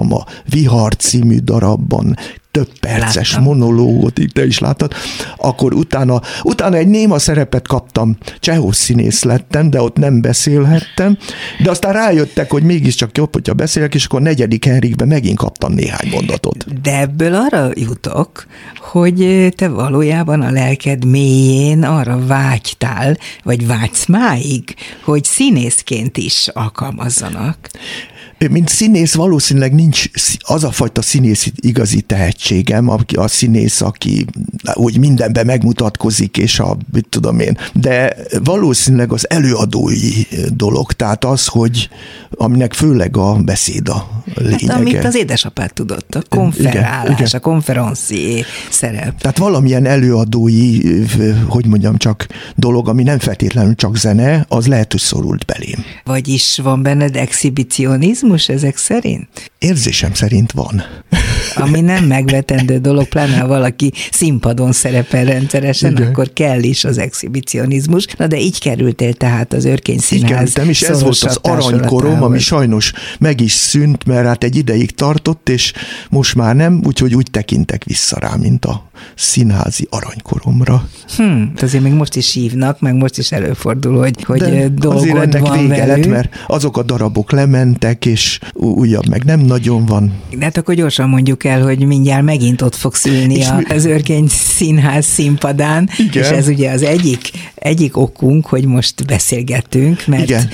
játszottam a Vihar című darabban, több perces Láttam. monológot, így te is láttad, akkor utána, utána egy néma szerepet kaptam, Csehov színész lettem, de ott nem beszélhettem, de aztán rájöttek, hogy mégiscsak jobb, hogyha beszélek, és akkor negyedik Henrikben megint kaptam néhány mondatot. De ebből arra jutok, hogy te valójában a lelked mélyén arra vágytál, vagy vágysz máig, hogy színészként is alkalmazzanak. Mint színész valószínűleg nincs az a fajta színész igazi tehetségem, a színész, aki úgy mindenben megmutatkozik, és a, mit tudom én, de valószínűleg az előadói dolog, tehát az, hogy aminek főleg a beszéd a lényege. Hát, amit az édesapád tudott, a konferálás, igen, igen. a konferencié szerep. Tehát valamilyen előadói, hogy mondjam, csak dolog, ami nem feltétlenül csak zene, az lehet, hogy szorult belém. Vagyis van benned exhibicionizmus ezek szerint? Érzésem szerint van. Ami nem megvetendő dolog, pláne ha valaki színpadon szerepel rendszeresen, igen. akkor kell is az exhibicionizmus. Na de így kerültél tehát az Örkény Színház. Így kerültem, és ez volt az aranykorom, ami sajnos meg is szűnt, mert hát egy ideig tartott, és most már nem, úgyhogy úgy tekintek vissza rá, mint a színházi aranykoromra. Hm, azért még most is hívnak, meg most is előfordul, hogy, hogy de dolgod ennek van vége velük. lett, mert azok a darabok lementek, és újabb meg nem nagyon van. De hát akkor gyorsan mondjuk el, hogy mindjárt megint ott fogsz ülni a, mi... az Örkény Színház színpadán, igen. és ez ugye az egyik, egyik okunk, hogy most beszélgettünk, mert igen.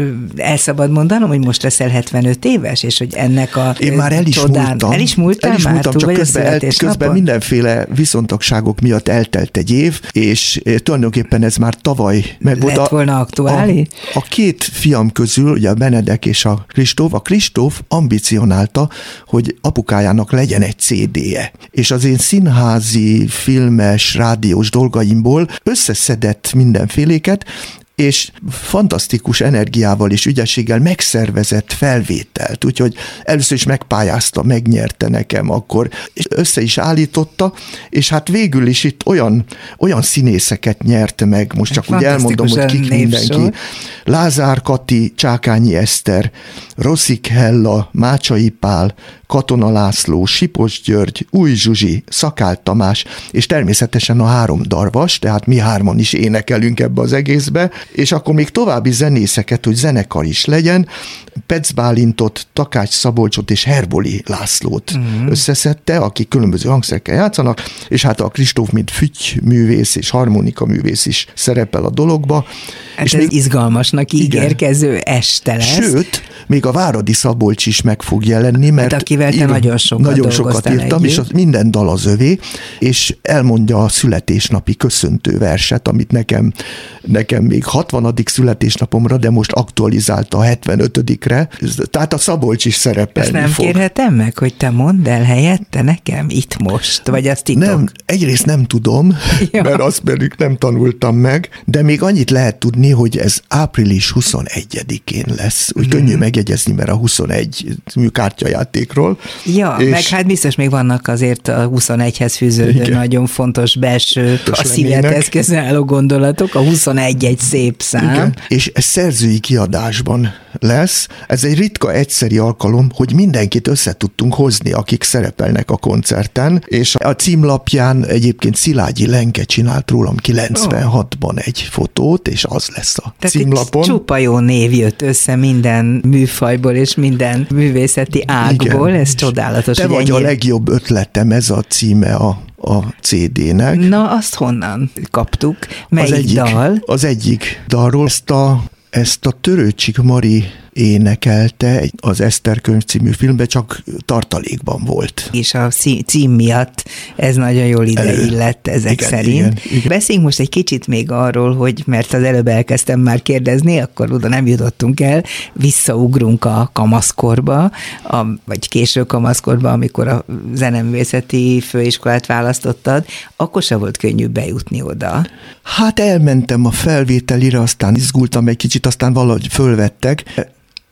el szabad mondanom, hogy most leszel hetvenöt éves, és hogy ennek a Én már el is csodán... múltam. El is múltál el is már? Múltam, csak közben, el, közben mindenféle viszontagságok miatt eltelt egy év, és tulajdonképpen ez már tavaly meg lett oda, volna aktuális? A, a két fiam közül, ugye a Benedek és a Kristóf, a Kristóf ambicionálta, hogy apukájának legyen egy cé dé-je. És az én színházi, filmes, rádiós dolgaimból összeszedett mindenféléket, és fantasztikus energiával és ügyességgel megszervezett felvételt, úgyhogy először is megpályázta, megnyerte nekem akkor, és össze is állította, és hát végül is itt olyan, olyan színészeket nyerte meg, most csak úgy elmondom, hogy kik mindenki. Lázár Kati, Csákányi Eszter, Rosszik Hella, Mácsai Pál, Katona László, Sipos György, Új Zsuzsi, Szakál Tamás, és természetesen a három Darvas, tehát mi hárman is énekelünk ebbe az egészbe, és akkor még további zenészeket, hogy zenekar is legyen, Pec Bálintot, Takács Szabolcsot és Herboli Lászlót uh-huh. összeszedte, akik különböző hangszerekkel játszanak, és hát a Kristóf, mint füttyművész és harmonika művész is szerepel a dologba. Hát és ez még izgalmasnak ígérkező este lesz. Sőt, még a Váradi Szabolcs is meg fog jelenni, mert hát akivel te ír, nagyon sokat nagyon sokat írtam, együtt. És az minden dal az övé, és elmondja a születésnapi köszöntő verset, amit nekem, nekem még hatvanadik születésnapomra, de most aktualizálta a hetvenötödikre, tehát a Szabolcs is szerepelni fog. Ezt nem fog. kérhetem meg, hogy te mondd el helyette nekem itt most, vagy azt titok? Nem, egyrészt nem tudom, ja. mert azt pedig nem tanultam meg, de még annyit lehet tudni, hogy ez április huszonegyedikén lesz. Úgy mm. könnyű megjegyezni, mert a huszonegy kártyajátékról. Ja, és meg hát biztos még vannak azért a huszonegyhez fűződő igen. nagyon fontos belső, Tos a szívedhez közel álló gondolatok, a huszonegy egy szép szám. Igen. És ez szerzői kiadásban lesz. Ez egy ritka, egyszeri alkalom, hogy mindenkit össze tudtunk hozni, akik szerepelnek a koncerten, és a címlapján egyébként Szilágyi Lenke csinált rólam kilencvenhatban egy fotót, és az lesz a Tehát címlapon. Csupa jó név jött össze minden műfajból és minden művészeti ágból, igen. ez csodálatos. Te vagy ennyire... a legjobb ötletem, ez a címe a a cé dé-nek. Na, azt honnan kaptuk? Melyik az egyik, dal? Az egyik dalról ezt a, ezt a Törőcsik Mari énekelte az Eszter könyv című filmben, csak tartalékban volt. És a cím miatt ez nagyon jól ideillett ezek igen, szerint. Igen, igen. Beszéljünk most egy kicsit még arról, hogy mert az előbb elkezdtem már kérdezni, akkor oda nem jutottunk el, visszaugrunk a kamaszkorba, a, vagy késő kamaszkorba, amikor a zeneművészeti főiskolát választottad, akkor se volt könnyű bejutni oda. Hát elmentem a felvételire, aztán izgultam egy kicsit, aztán valahogy fölvettek.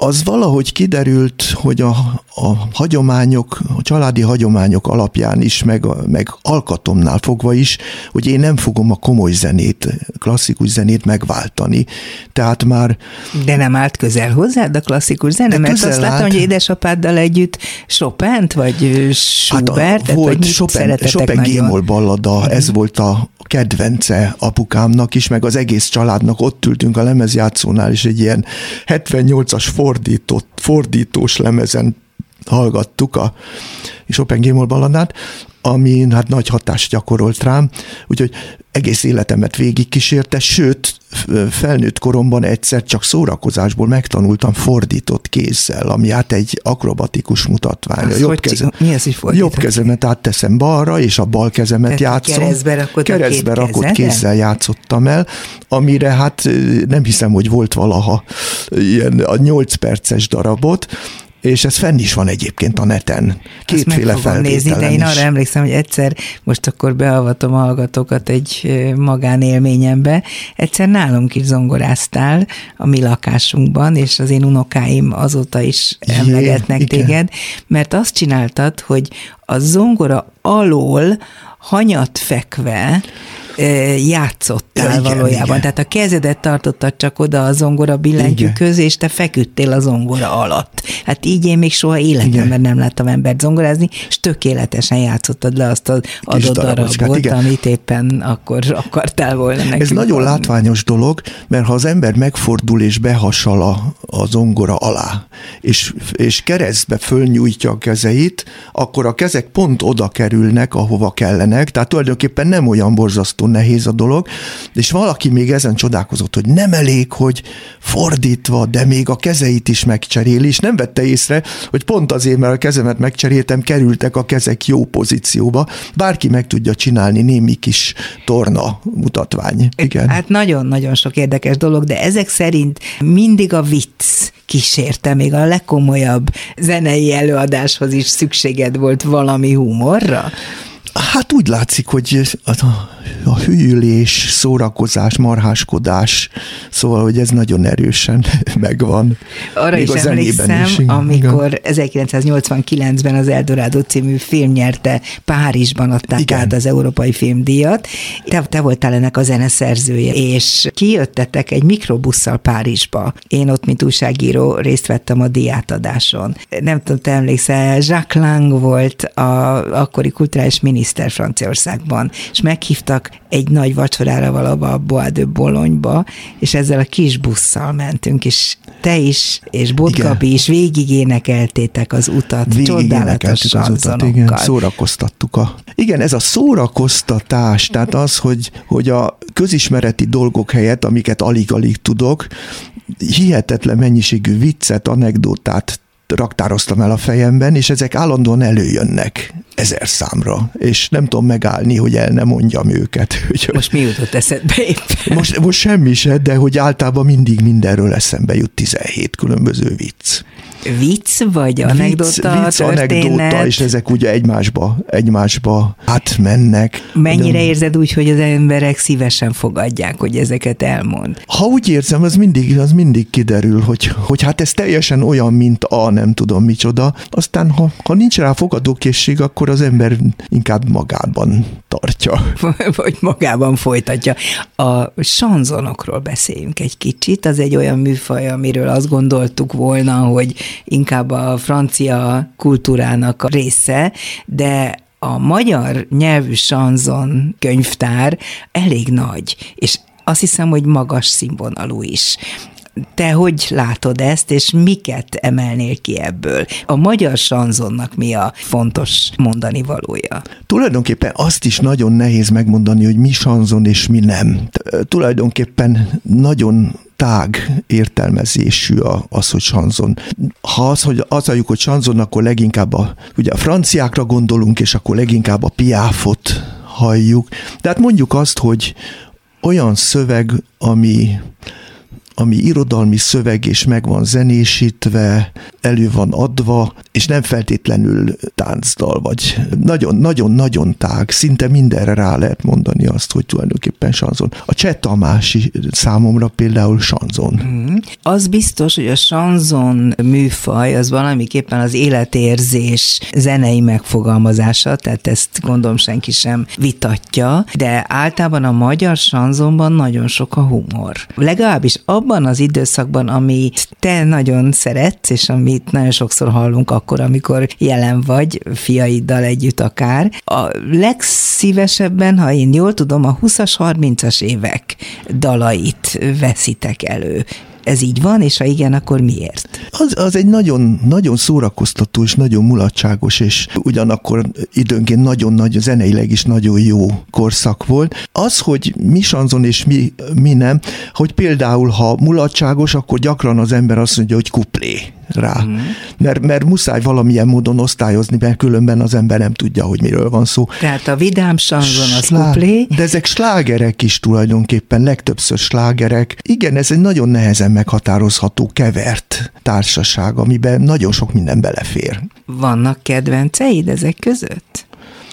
az valahogy kiderült, hogy a, a hagyományok, a családi hagyományok alapján is, meg, meg alkatomnál fogva is, hogy én nem fogom a komoly zenét, klasszikus zenét megváltani. Tehát már... De nem állt közel hozzád a klasszikus zene? Mert azt láttam, hogy édesapáddal együtt Chopint, vagy Schubert, hát volt vagy Chopin, Chopin G-moll ballada, uh-huh. ez volt a kedvence apukámnak is, meg az egész családnak. Ott ültünk a lemezjátszónál, és egy ilyen hetvennyolcas fordított, fordítós lemezen hallgattuk a Chopin G-moll balladát, ami hát nagy hatást gyakorolt rám, úgyhogy egész életemet végigkísérte, sőt, felnőtt koromban egyszer csak szórakozásból megtanultam fordított kézzel, ami hát egy akrobatikus mutatvány. Jobb, keze, mi az, hogy jobb kezemet átteszem balra, és a bal kezemet Tehát játszom. Keresztbe rakod keresztbe a két rakott kézzel játszottam el, amire hát nem hiszem, hogy volt valaha ilyen a nyolc perces darabot, és ez fenn is van egyébként a neten. Kétféle felvételen de én arra emlékszem, hogy egyszer, most akkor beavatom a hallgatókat egy magánélményembe, egyszer nálunk is zongoráztál a mi lakásunkban, és az én unokáim azóta is emlegetnek Jé, téged, igen. mert azt csináltad, hogy a zongora alól hanyat fekve játszottál ja, igen, valójában. Igen. Tehát a kezedet tartottad csak oda a zongora billentyűköz, és te feküdtél a zongora alatt. Hát így én még soha életemben igen. nem láttam embert zongorázni, és tökéletesen játszottad le azt az adott darabot, igen. amit éppen akkor akartál volna nekünk. Ez nagyon adni. Látványos dolog, mert ha az ember megfordul és behassal a, a zongora alá, és, és keresztbe fölnyújtja a kezeit, akkor a kezek pont oda kerülnek, ahova kellenek, tehát tulajdonképpen nem olyan borzasztó nehéz a dolog, és valaki még ezen csodálkozott, hogy nem elég, hogy fordítva, de még a kezeit is megcseréli, és nem vette észre, hogy pont azért, mert a kezemet megcseréltem, kerültek a kezek jó pozícióba. Bárki meg tudja csinálni, némi kis torna mutatvány. Igen. Hát nagyon-nagyon sok érdekes dolog, de ezek szerint mindig a vicc kísérte, még a legkomolyabb zenei előadáshoz is szükséged volt valami humorra? Hát úgy látszik, hogy a, a hülyülés, szórakozás, marháskodás, szóval, hogy ez nagyon erősen megvan. Arra Még is emlékszem, is, amikor ezerkilencszáznyolcvankilencben az Eldorado című film nyerte, Párizsban adták igen. át az Európai Filmdíjat. Te, te voltál ennek a zeneszerzője, és kijöttetek egy mikrobusszal Párizsba. Én ott, mint újságíró, részt vettem a díjátadáson. Nem tudom, te emlékszel, Jacques Lang volt a akkori kulturális miniszter Franciaországban, és meghívtak egy nagy vacsorára valahol a Bois de Boulogne-ba, és ezzel a kis busszal mentünk, és te is, és Botgabi is végig énekeltétek az utat, végig csodálatos sanzonokkal. Igen, szórakoztattuk a... Igen, ez a szórakoztatás, tehát az, hogy, hogy a közismereti dolgok helyett, amiket alig-alig tudok, hihetetlen mennyiségű viccet, anekdótát raktároztam el a fejemben, és ezek állandóan előjönnek ezer számra, és nem tudom megállni, hogy el ne mondjam őket. Most mi jutott eszedbe éppen? Most, most semmi se, de hogy általában mindig mindenről eszembe jut tizenhét különböző vicc. Vicc, vagy anekdota, vicc, anekdota, és ezek ugye egymásba, egymásba átmennek. Mennyire de... érzed úgy, hogy az emberek szívesen fogadják, hogy ezeket elmond? Ha úgy érzem, az mindig, az mindig kiderül, hogy, hogy hát ez teljesen olyan, mint a nem tudom micsoda. Aztán, ha, ha nincs rá fogadókészség, akkor az ember inkább magában tartja. Vagy magában folytatja. A sanzonokról beszéljünk egy kicsit. Az egy olyan műfaj, amiről azt gondoltuk volna, hogy inkább a francia kultúrának a része, de a magyar nyelvű sanzon könyvtár elég nagy, és azt hiszem, hogy magas színvonalú is. Te hogy látod ezt, és miket emelnél ki ebből? A magyar sanzonnak mi a fontos mondani valója? Tulajdonképpen azt is nagyon nehéz megmondani, hogy mi sanzon és mi nem. Tulajdonképpen nagyon tág értelmezésű az, hogy sanzon. Ha az, hogy az halljuk, hogy sanzon, akkor leginkább a, ugye a franciákra gondolunk, és akkor leginkább a Piafot halljuk. De hát mondjuk azt, hogy olyan szöveg, ami ami irodalmi szöveg, és meg van zenésítve, elő van adva, és nem feltétlenül táncdal, vagy nagyon-nagyon-nagyon tág, szinte mindenre rá lehet mondani azt, hogy tulajdonképpen sanzon. A Cseh Tamási számomra például sanzon. Hmm. Az biztos, hogy a sanzon műfaj az valamiképpen az életérzés zenei megfogalmazása, tehát ezt gondolom senki sem vitatja, de általában a magyar sanzonban nagyon sok a humor. Legalábbis abban az időszakban, amit te nagyon szeretsz, és amit nagyon sokszor hallunk akkor, amikor jelen vagy, fiaiddal együtt akár, a legszívesebben, ha én jól tudom, a húszas, harmincas évek dalait veszitek elő. Ez így van, és ha igen, akkor miért? Az, az egy nagyon, nagyon szórakoztató és nagyon mulatságos, és ugyanakkor időnként nagyon nagy, zeneileg is nagyon jó korszak volt. Az, hogy mi sanzon és mi, mi nem, hogy például, ha mulatságos, akkor gyakran az ember azt mondja, hogy kuplé rá. Mm. Mert, mert muszáj valamilyen módon osztályozni, mert különben az ember nem tudja, hogy miről van szó. Tehát a vidám sanzon az Slá... kuplé. De ezek slágerek is tulajdonképpen, legtöbbször slágerek. Igen, ez egy nagyon nehezen meghatározható, kevert társaság, amiben nagyon sok minden belefér. Vannak kedvenceid ezek között?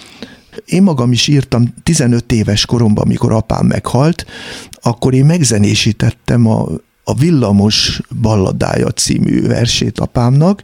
Én magam is írtam tizenöt éves koromban, amikor apám meghalt, akkor én megzenésítettem a a Villamos balladája című versét apámnak,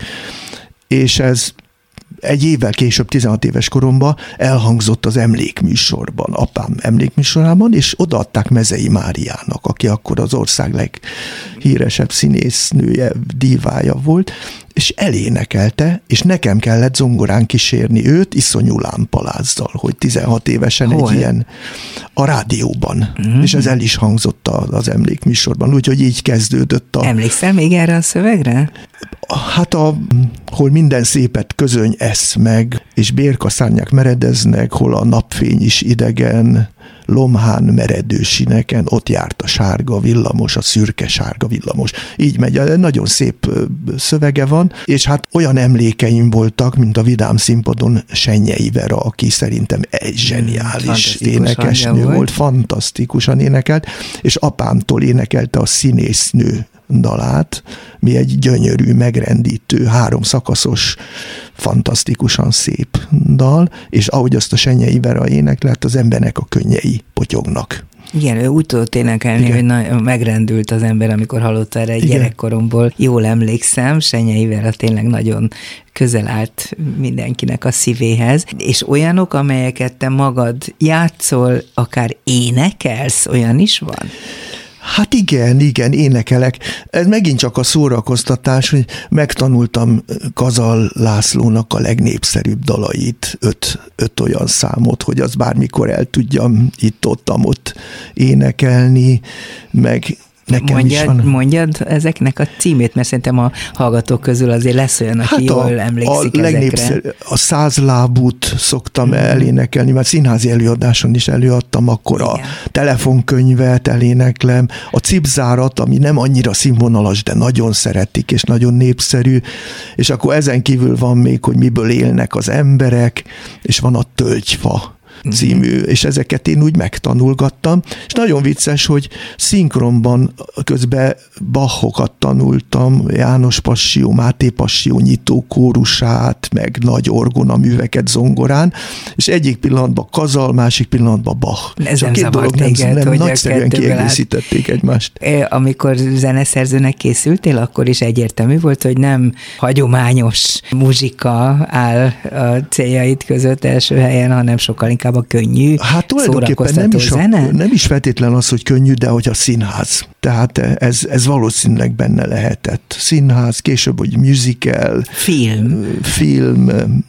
és ez egy évvel később, tizenhat éves koromban elhangzott az emlékműsorban, apám emlékműsorában, és odaadták Mezei Máriának, aki akkor az ország leghíresebb színésznője, dívája volt, és elénekelte, és nekem kellett zongorán kísérni őt iszonyú lámpalázzal, hogy tizenhat évesen Hol? egy ilyen a rádióban, mm-hmm. és ez el is hangzott az emlékműsorban, úgyhogy így kezdődött a... Emlékszel még erre a szövegre? Hát a, hol minden szépet közöny esz meg, és bérkaszárnyak meredeznek, hol a napfény is idegen, lomhán meredő sineken, ott járt a sárga villamos, a szürke sárga villamos. Így megy, nagyon szép szövege van, és hát olyan emlékeim voltak, mint a Vidám Színpadon Sennyei Vera, aki szerintem egy zseniális énekesnő volt. volt, fantasztikusan énekelt, és apámtól énekelte a Színésznő dalát, mi egy gyönyörű, megrendítő, három szakaszos, fantasztikusan szép dal, és ahogy azt a Sennyei Vera énekelt, az embernek a könnyei potyognak. Igen, ő úgy tudott énekelni, Igen. hogy na, megrendült az ember, amikor hallotta erre egy Igen. gyerekkoromból. Jól emlékszem, Sennyei Vera tényleg nagyon közel állt mindenkinek a szívéhez, és olyanok, amelyeket te magad játszol, akár énekelsz, olyan is van? Hát igen, igen, énekelek. Ez megint csak a szórakoztatás, hogy megtanultam Kazal Lászlónak a legnépszerűbb dalait, öt, öt olyan számot, hogy az bármikor el tudjam itt-ott-ott énekelni, meg nekem mondjad, is van. Mondjad ezeknek a címét, mert szerintem a hallgatók közül azért lesz olyan, aki hát jól emlékszik a ezekre. A Százlábút szoktam mm-hmm. elénekelni, mert színházi előadáson is előadtam, akkor Igen. a telefonkönyvet eléneklem, a Cipzárat, ami nem annyira színvonalas, de nagyon szeretik, és nagyon népszerű, és akkor ezen kívül van még, hogy miből élnek az emberek, és van a Tölgyfa című, és ezeket én úgy megtanulgattam, és nagyon vicces, hogy szinkronban közben Bachokat tanultam, János Passió, Máté Passió nyitó kórusát, meg nagy orgona műveket zongorán, és egyik pillanatban Kazal, másik pillanatban Bach. Ezen két dolog nem, téged, nem nagyszerűen kiegészítették egymást. Amikor zeneszerzőnek készültél, akkor is egyértelmű volt, hogy nem hagyományos muzsika áll a céljaid között első helyen, hanem sokkal inkább a könnyű, hát nem is, a, nem is feltétlen az, hogy könnyű, de hogy a színház. Tehát ez, ez valószínűleg benne lehetett. Színház, később, hogy musical, film, film,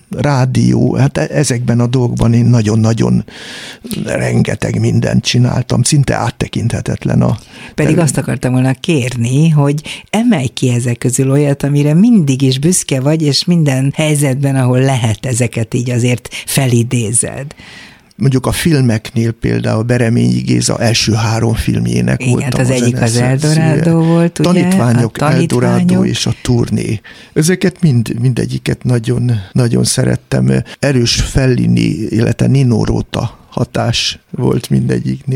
rádió, hát ezekben a dolgokban én nagyon-nagyon rengeteg mindent csináltam, szinte áttekinthetetlen a... Pedig terület. Azt akartam volna kérni, hogy emelj ki ezek közül olyat, amire mindig is büszke vagy, és minden helyzetben, ahol lehet, ezeket így azért felidézed. Mondjuk a filmeknél például Bereményi Géza első három filmjének Igen, voltam. Az egyik az Eldorado volt, ugye? Tanítványok, a tanítványok. Eldorado és a turné. Ezeket mind, mindegyiket nagyon, nagyon szerettem. Erős Fellini, illetve Nino Rota hatás volt mindegyiknél.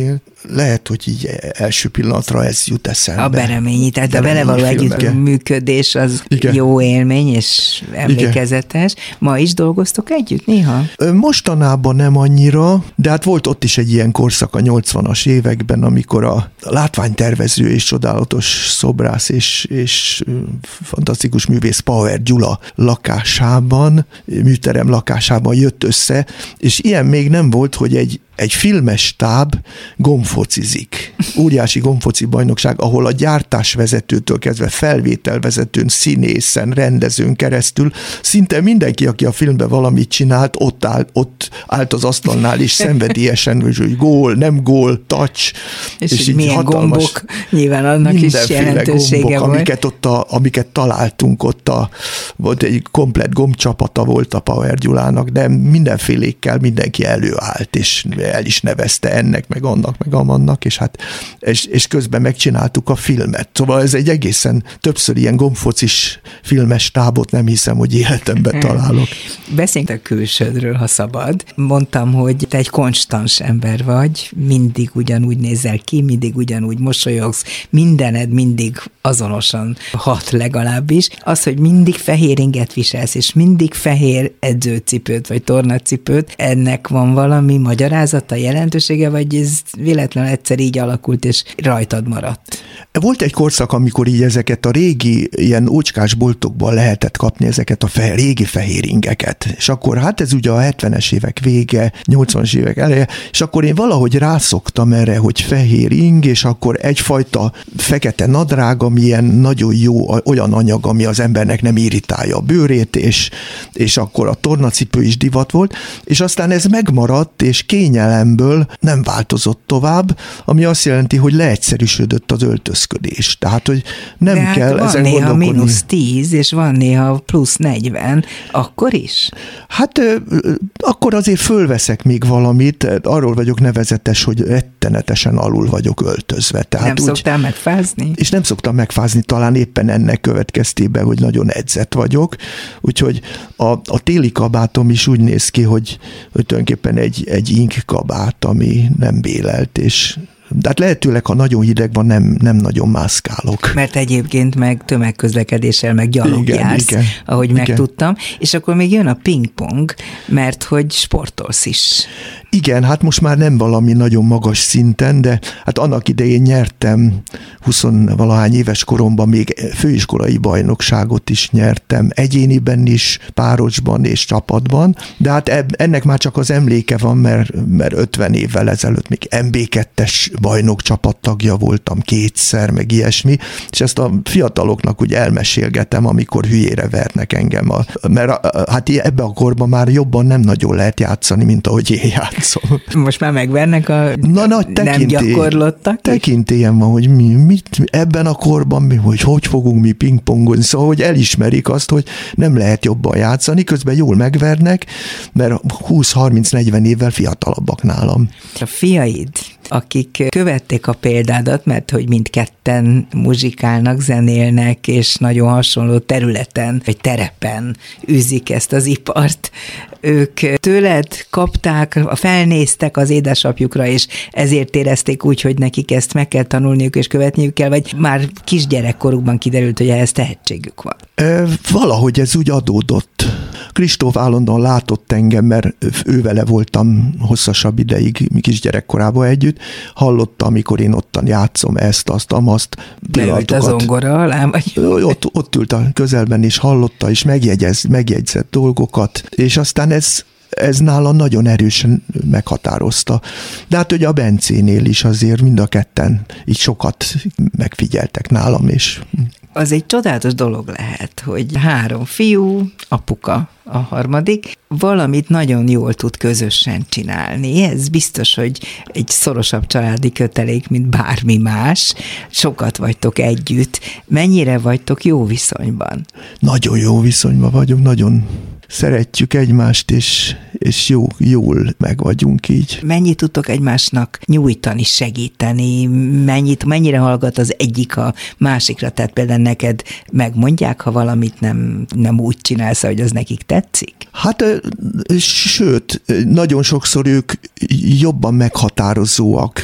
lehet, hogy így első pillanatra ez jut eszembe. A Bereményi, tehát a vele való együttműködés az igen. Jó élmény és emlékezetes. Igen. Ma is dolgoztok együtt néha? Mostanában nem annyira, de hát volt ott is egy ilyen korszak a nyolcvanas években, amikor a látványtervező és csodálatos szobrász és, és fantasztikus művész Pauer Gyula lakásában, műterem lakásában jött össze, és ilyen még nem volt, hogy egy egy filmes stáb gombfocizik. Óriási gombfoci bajnokság, ahol a gyártásvezetőtől kezdve felvételvezetőn, színészen, rendezőn keresztül szinte mindenki, aki a filmben valamit csinált, ott, áll, ott állt az asztalnál, és szenvedélyesen, hogy gól, nem gól, touch. És, és így milyen hatalmas, gombok, nyilván annak is jelentősége gombok, volt. Amiket, ott a, amiket találtunk ott, a, volt egy komplett gombcsapata volt a Pauer Gyulának, de mindenfélékkel mindenki előállt, és el is nevezte ennek, meg annak, meg amannak, és hát és, és közben megcsináltuk a filmet. Szóval ez egy egészen többször ilyen gombfocis filmes tábot nem hiszem, hogy életemben találok. Beszéljünk a külsődről, ha szabad. Mondtam, hogy te egy konstans ember vagy, mindig ugyanúgy nézel ki, mindig ugyanúgy mosolyogsz, mindened mindig azonosan hat legalábbis. Az, hogy mindig fehér inget viselsz, és mindig fehér edzőcipőt, vagy tornacipőt, ennek van valami magyarázata, jelentősége, vagy ez véletlenül egyszer így alakult, és rajtad maradt? Volt egy korszak, amikor így ezeket a régi, ilyen ócskás boltokban lehetett kapni ezeket a fe, régi fehér ingeket, és akkor hát ez ugye a hetvenes évek vége, nyolcvanas évek eleje, és akkor én valahogy rászoktam erre, hogy fehér ing, és akkor egyfajta fekete nadrág, ami ilyen nagyon jó, olyan anyag, ami az embernek nem irritálja a bőrét, és, és akkor a tornacipő is divat volt, és aztán ez megmaradt, és kényelemből nem változott tovább, ami azt jelenti, hogy leegyszerűsödött az öltözködés. Tehát, hogy nem de kell hát ezen van néha gondolkodni. mínusz tíz, és van néha plusz negyven, akkor is? Hát akkor azért fölveszek még valamit, arról vagyok nevezetes, hogy rettenetesen alul vagyok öltözve. Tehát nem úgy, szoktál megfázni? És nem szoktam megfázni, talán éppen ennek következtében, hogy nagyon edzett vagyok, úgyhogy a, a téli kabátom is úgy néz ki, hogy, hogy tulajdonképpen egy, egy ink kabát, ami nem bélelt, és de hát lehetőleg, ha nagyon hideg van, nem, nem nagyon mászkálok. Mert egyébként meg tömegközlekedéssel meg gyalogjársz, igen, ahogy igen. megtudtam, és akkor még jön a pingpong, mert hogy sportolsz is. Igen, hát most már nem valami nagyon magas szinten, de hát annak idején nyertem huszonvalahány éves koromban még főiskolai bajnokságot is nyertem, egyéniben is, párosban és csapatban, de hát ennek már csak az emléke van, mert, mert ötven évvel ezelőtt még em bé kettes bajnok csapattagja voltam kétszer, meg ilyesmi, és ezt a fiataloknak úgy elmesélgetem, amikor hülyére vernek engem, a, mert a, hát ebbe a korban már jobban nem nagyon lehet játszani, mint ahogy én játszom. Most már megvernek a Na, nagy nem gyakorlottak? Tekintélyem van, hogy mi, mit, ebben a korban, mi, hogy hogy fogunk mi pingpongozni, szóval, hogy elismerik azt, hogy nem lehet jobban játszani, közben jól megvernek, mert húsz-harminc-negyven évvel fiatalabbak nálam. A fiaid, akik követték a példádat, mert hogy mindketten muzsikálnak, zenélnek, és nagyon hasonló területen, vagy terepen űzik ezt az ipart. Ők tőled kapták, felnéztek az édesapjukra, és ezért érezték úgy, hogy nekik ezt meg kell tanulniuk, és követniük kell, vagy már kisgyerekkorukban kiderült, hogy ehhez tehetségük van? E, valahogy ez úgy adódott. Kristóf állandóan látott engem, mert ővele voltam hosszasabb ideig, kisgyerekkorában együtt, hallotta, amikor én ottan játszom ezt, azt, amazt. Beült a zongora alá, vagy? Ott, ott ült a közelben, és hallotta, és megjegyez, megjegyzett dolgokat, és aztán ez ez nála nagyon erősen meghatározta. De hát ugye a Bencénél is azért mind a ketten így sokat megfigyeltek nálam, és... Az egy csodálatos dolog lehet, hogy három fiú, apuka a harmadik, valamit nagyon jól tud közösen csinálni. Ez biztos, hogy egy szorosabb családi kötelék, mint bármi más. Sokat vagytok együtt. Mennyire vagytok jó viszonyban? Nagyon jó viszonyban vagyunk, nagyon szeretjük egymást, és, és jó, jól meg vagyunk így. Mennyit tudtok egymásnak nyújtani, segíteni? Mennyit, mennyire hallgat az egyik a másikra? Tehát például neked megmondják, ha valamit nem, nem úgy csinálsz, hogy az nekik tetszik? Hát, sőt, nagyon sokszor ők jobban meghatározóak,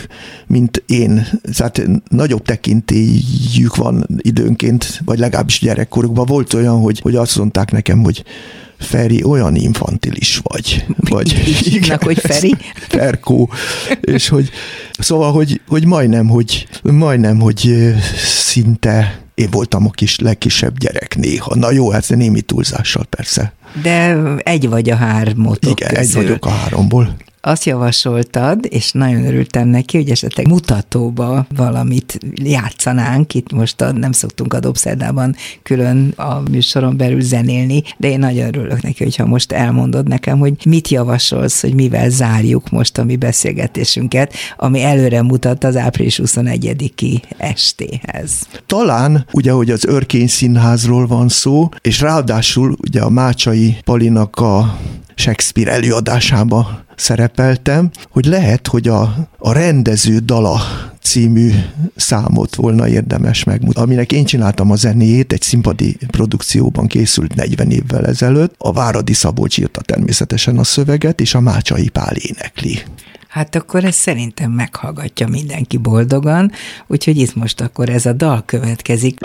mint én. Tehát nagyobb tekintélyük van időnként, vagy legalábbis gyerekkorukban. Volt olyan, hogy, hogy azt mondták nekem, hogy Feri, olyan infantilis vagy. Vagy hívnak, hogy Feri? Ferkó. És hogy, szóval, hogy, hogy majdnem, hogy majdnem, hogy szinte én voltam a kis, legkisebb gyerek néha. Na jó, hát némi túlzással persze. De egy vagy a hármotok Igen, közül. egy vagyok a háromból. Azt javasoltad, és nagyon örültem neki, hogy esetleg mutatóba valamit játszanánk. Itt most a, nem szoktunk a Dobszerdában külön a műsoron belül zenélni, de én nagyon örülök neki, hogyha most elmondod nekem, hogy mit javasolsz, hogy mivel zárjuk most a mi beszélgetésünket, ami előre mutat az április huszonegyediki estéhez. Talán, ugye, hogy az Örkény Színházról van szó, és ráadásul ugye a Mácsai Palinak a Shakespeare előadásába szerepeltem, hogy lehet, hogy a, a Rendező dala című számot volna érdemes megmutatni, aminek én csináltam a zenéjét, egy színpadi produkcióban készült negyven évvel ezelőtt. A Váradi Szabolcs írta természetesen a szöveget, és a Mácsai Pál énekli. Hát akkor ez szerintem meghallgatja mindenki boldogan, úgyhogy itt most akkor ez a dal következik.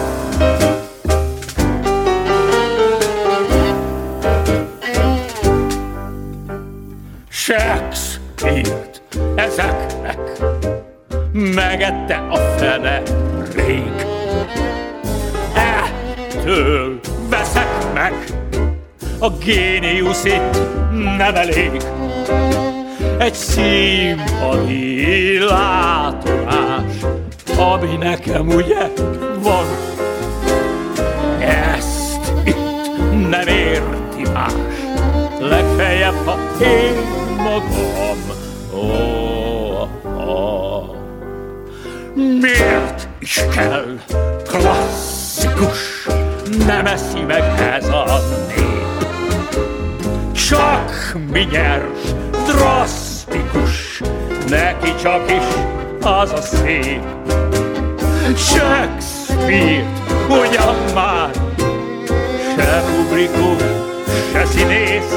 Shakespeare-t ezeknek megette a fene rég. Ettől veszek meg, a géniusz itt nem elég. Egy színpadi látomás, ami nekem ugye van. Ezt itt nem érti más, legfeljebb, ha én magam. Oh, oh. Miért is kell klasszikus, nem eszi meg ez a nép? Csak mi nyers, drasztikus, neki csak is az a szép. Shakespeare-t ugyan már se publikus, se színész,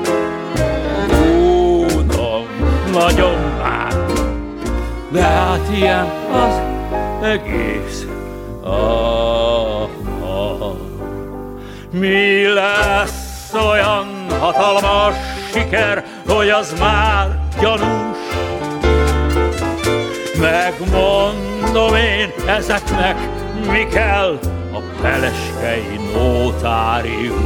tudom, nagyon már, de hát ilyen az egész. Ah, ah. Mi lesz olyan hatalmas siker, hogy az már gyanús? Megmondom én ezeknek, mi kell, a peleskei notárius.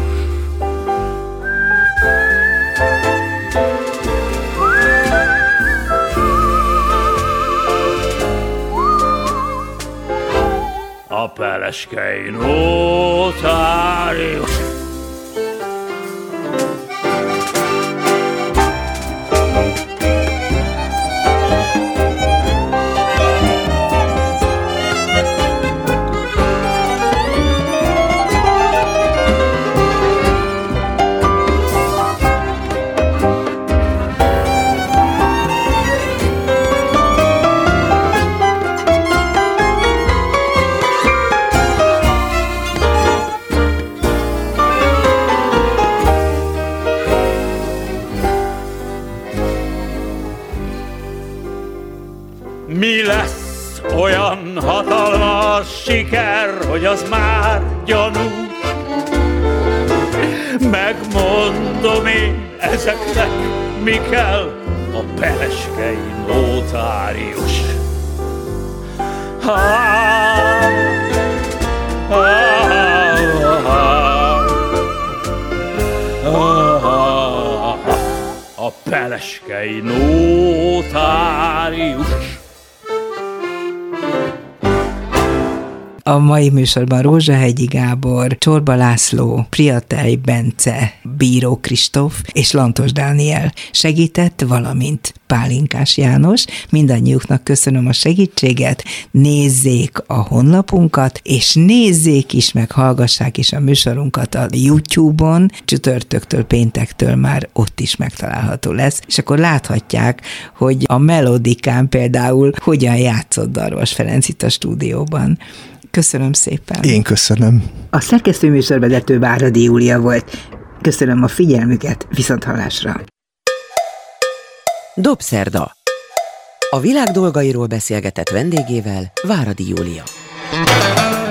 A peleskei notárius. Mi lesz olyan hatalmas siker, hogy az már gyanús? Megmondom én ezeknek, mi kell, a peleskei notárius. Ha, ha, ha, ha, a peleskei notárius. A mai műsorban Rózsahegyi Gábor, Csorba László, Priatej Bence, Bíró Kristóf és Lantos Dániel segített, valamint Pálinkás János. Mindannyiuknak köszönöm a segítséget, nézzék a honlapunkat, és nézzék is, meg hallgassák is a műsorunkat a YouTube-on, csütörtöktől, péntektől már ott is megtalálható lesz, és akkor láthatják, hogy a melodikán például hogyan játszott Darvas Ferenc itt a stúdióban. Köszönöm szépen. Én köszönöm. A szerkesztő műsorvezető Váradi Júlia volt. Köszönöm a figyelmüket, viszonthallásra. Dobszerda. A világ dolgairól beszélgetett vendégével Váradi Júlia.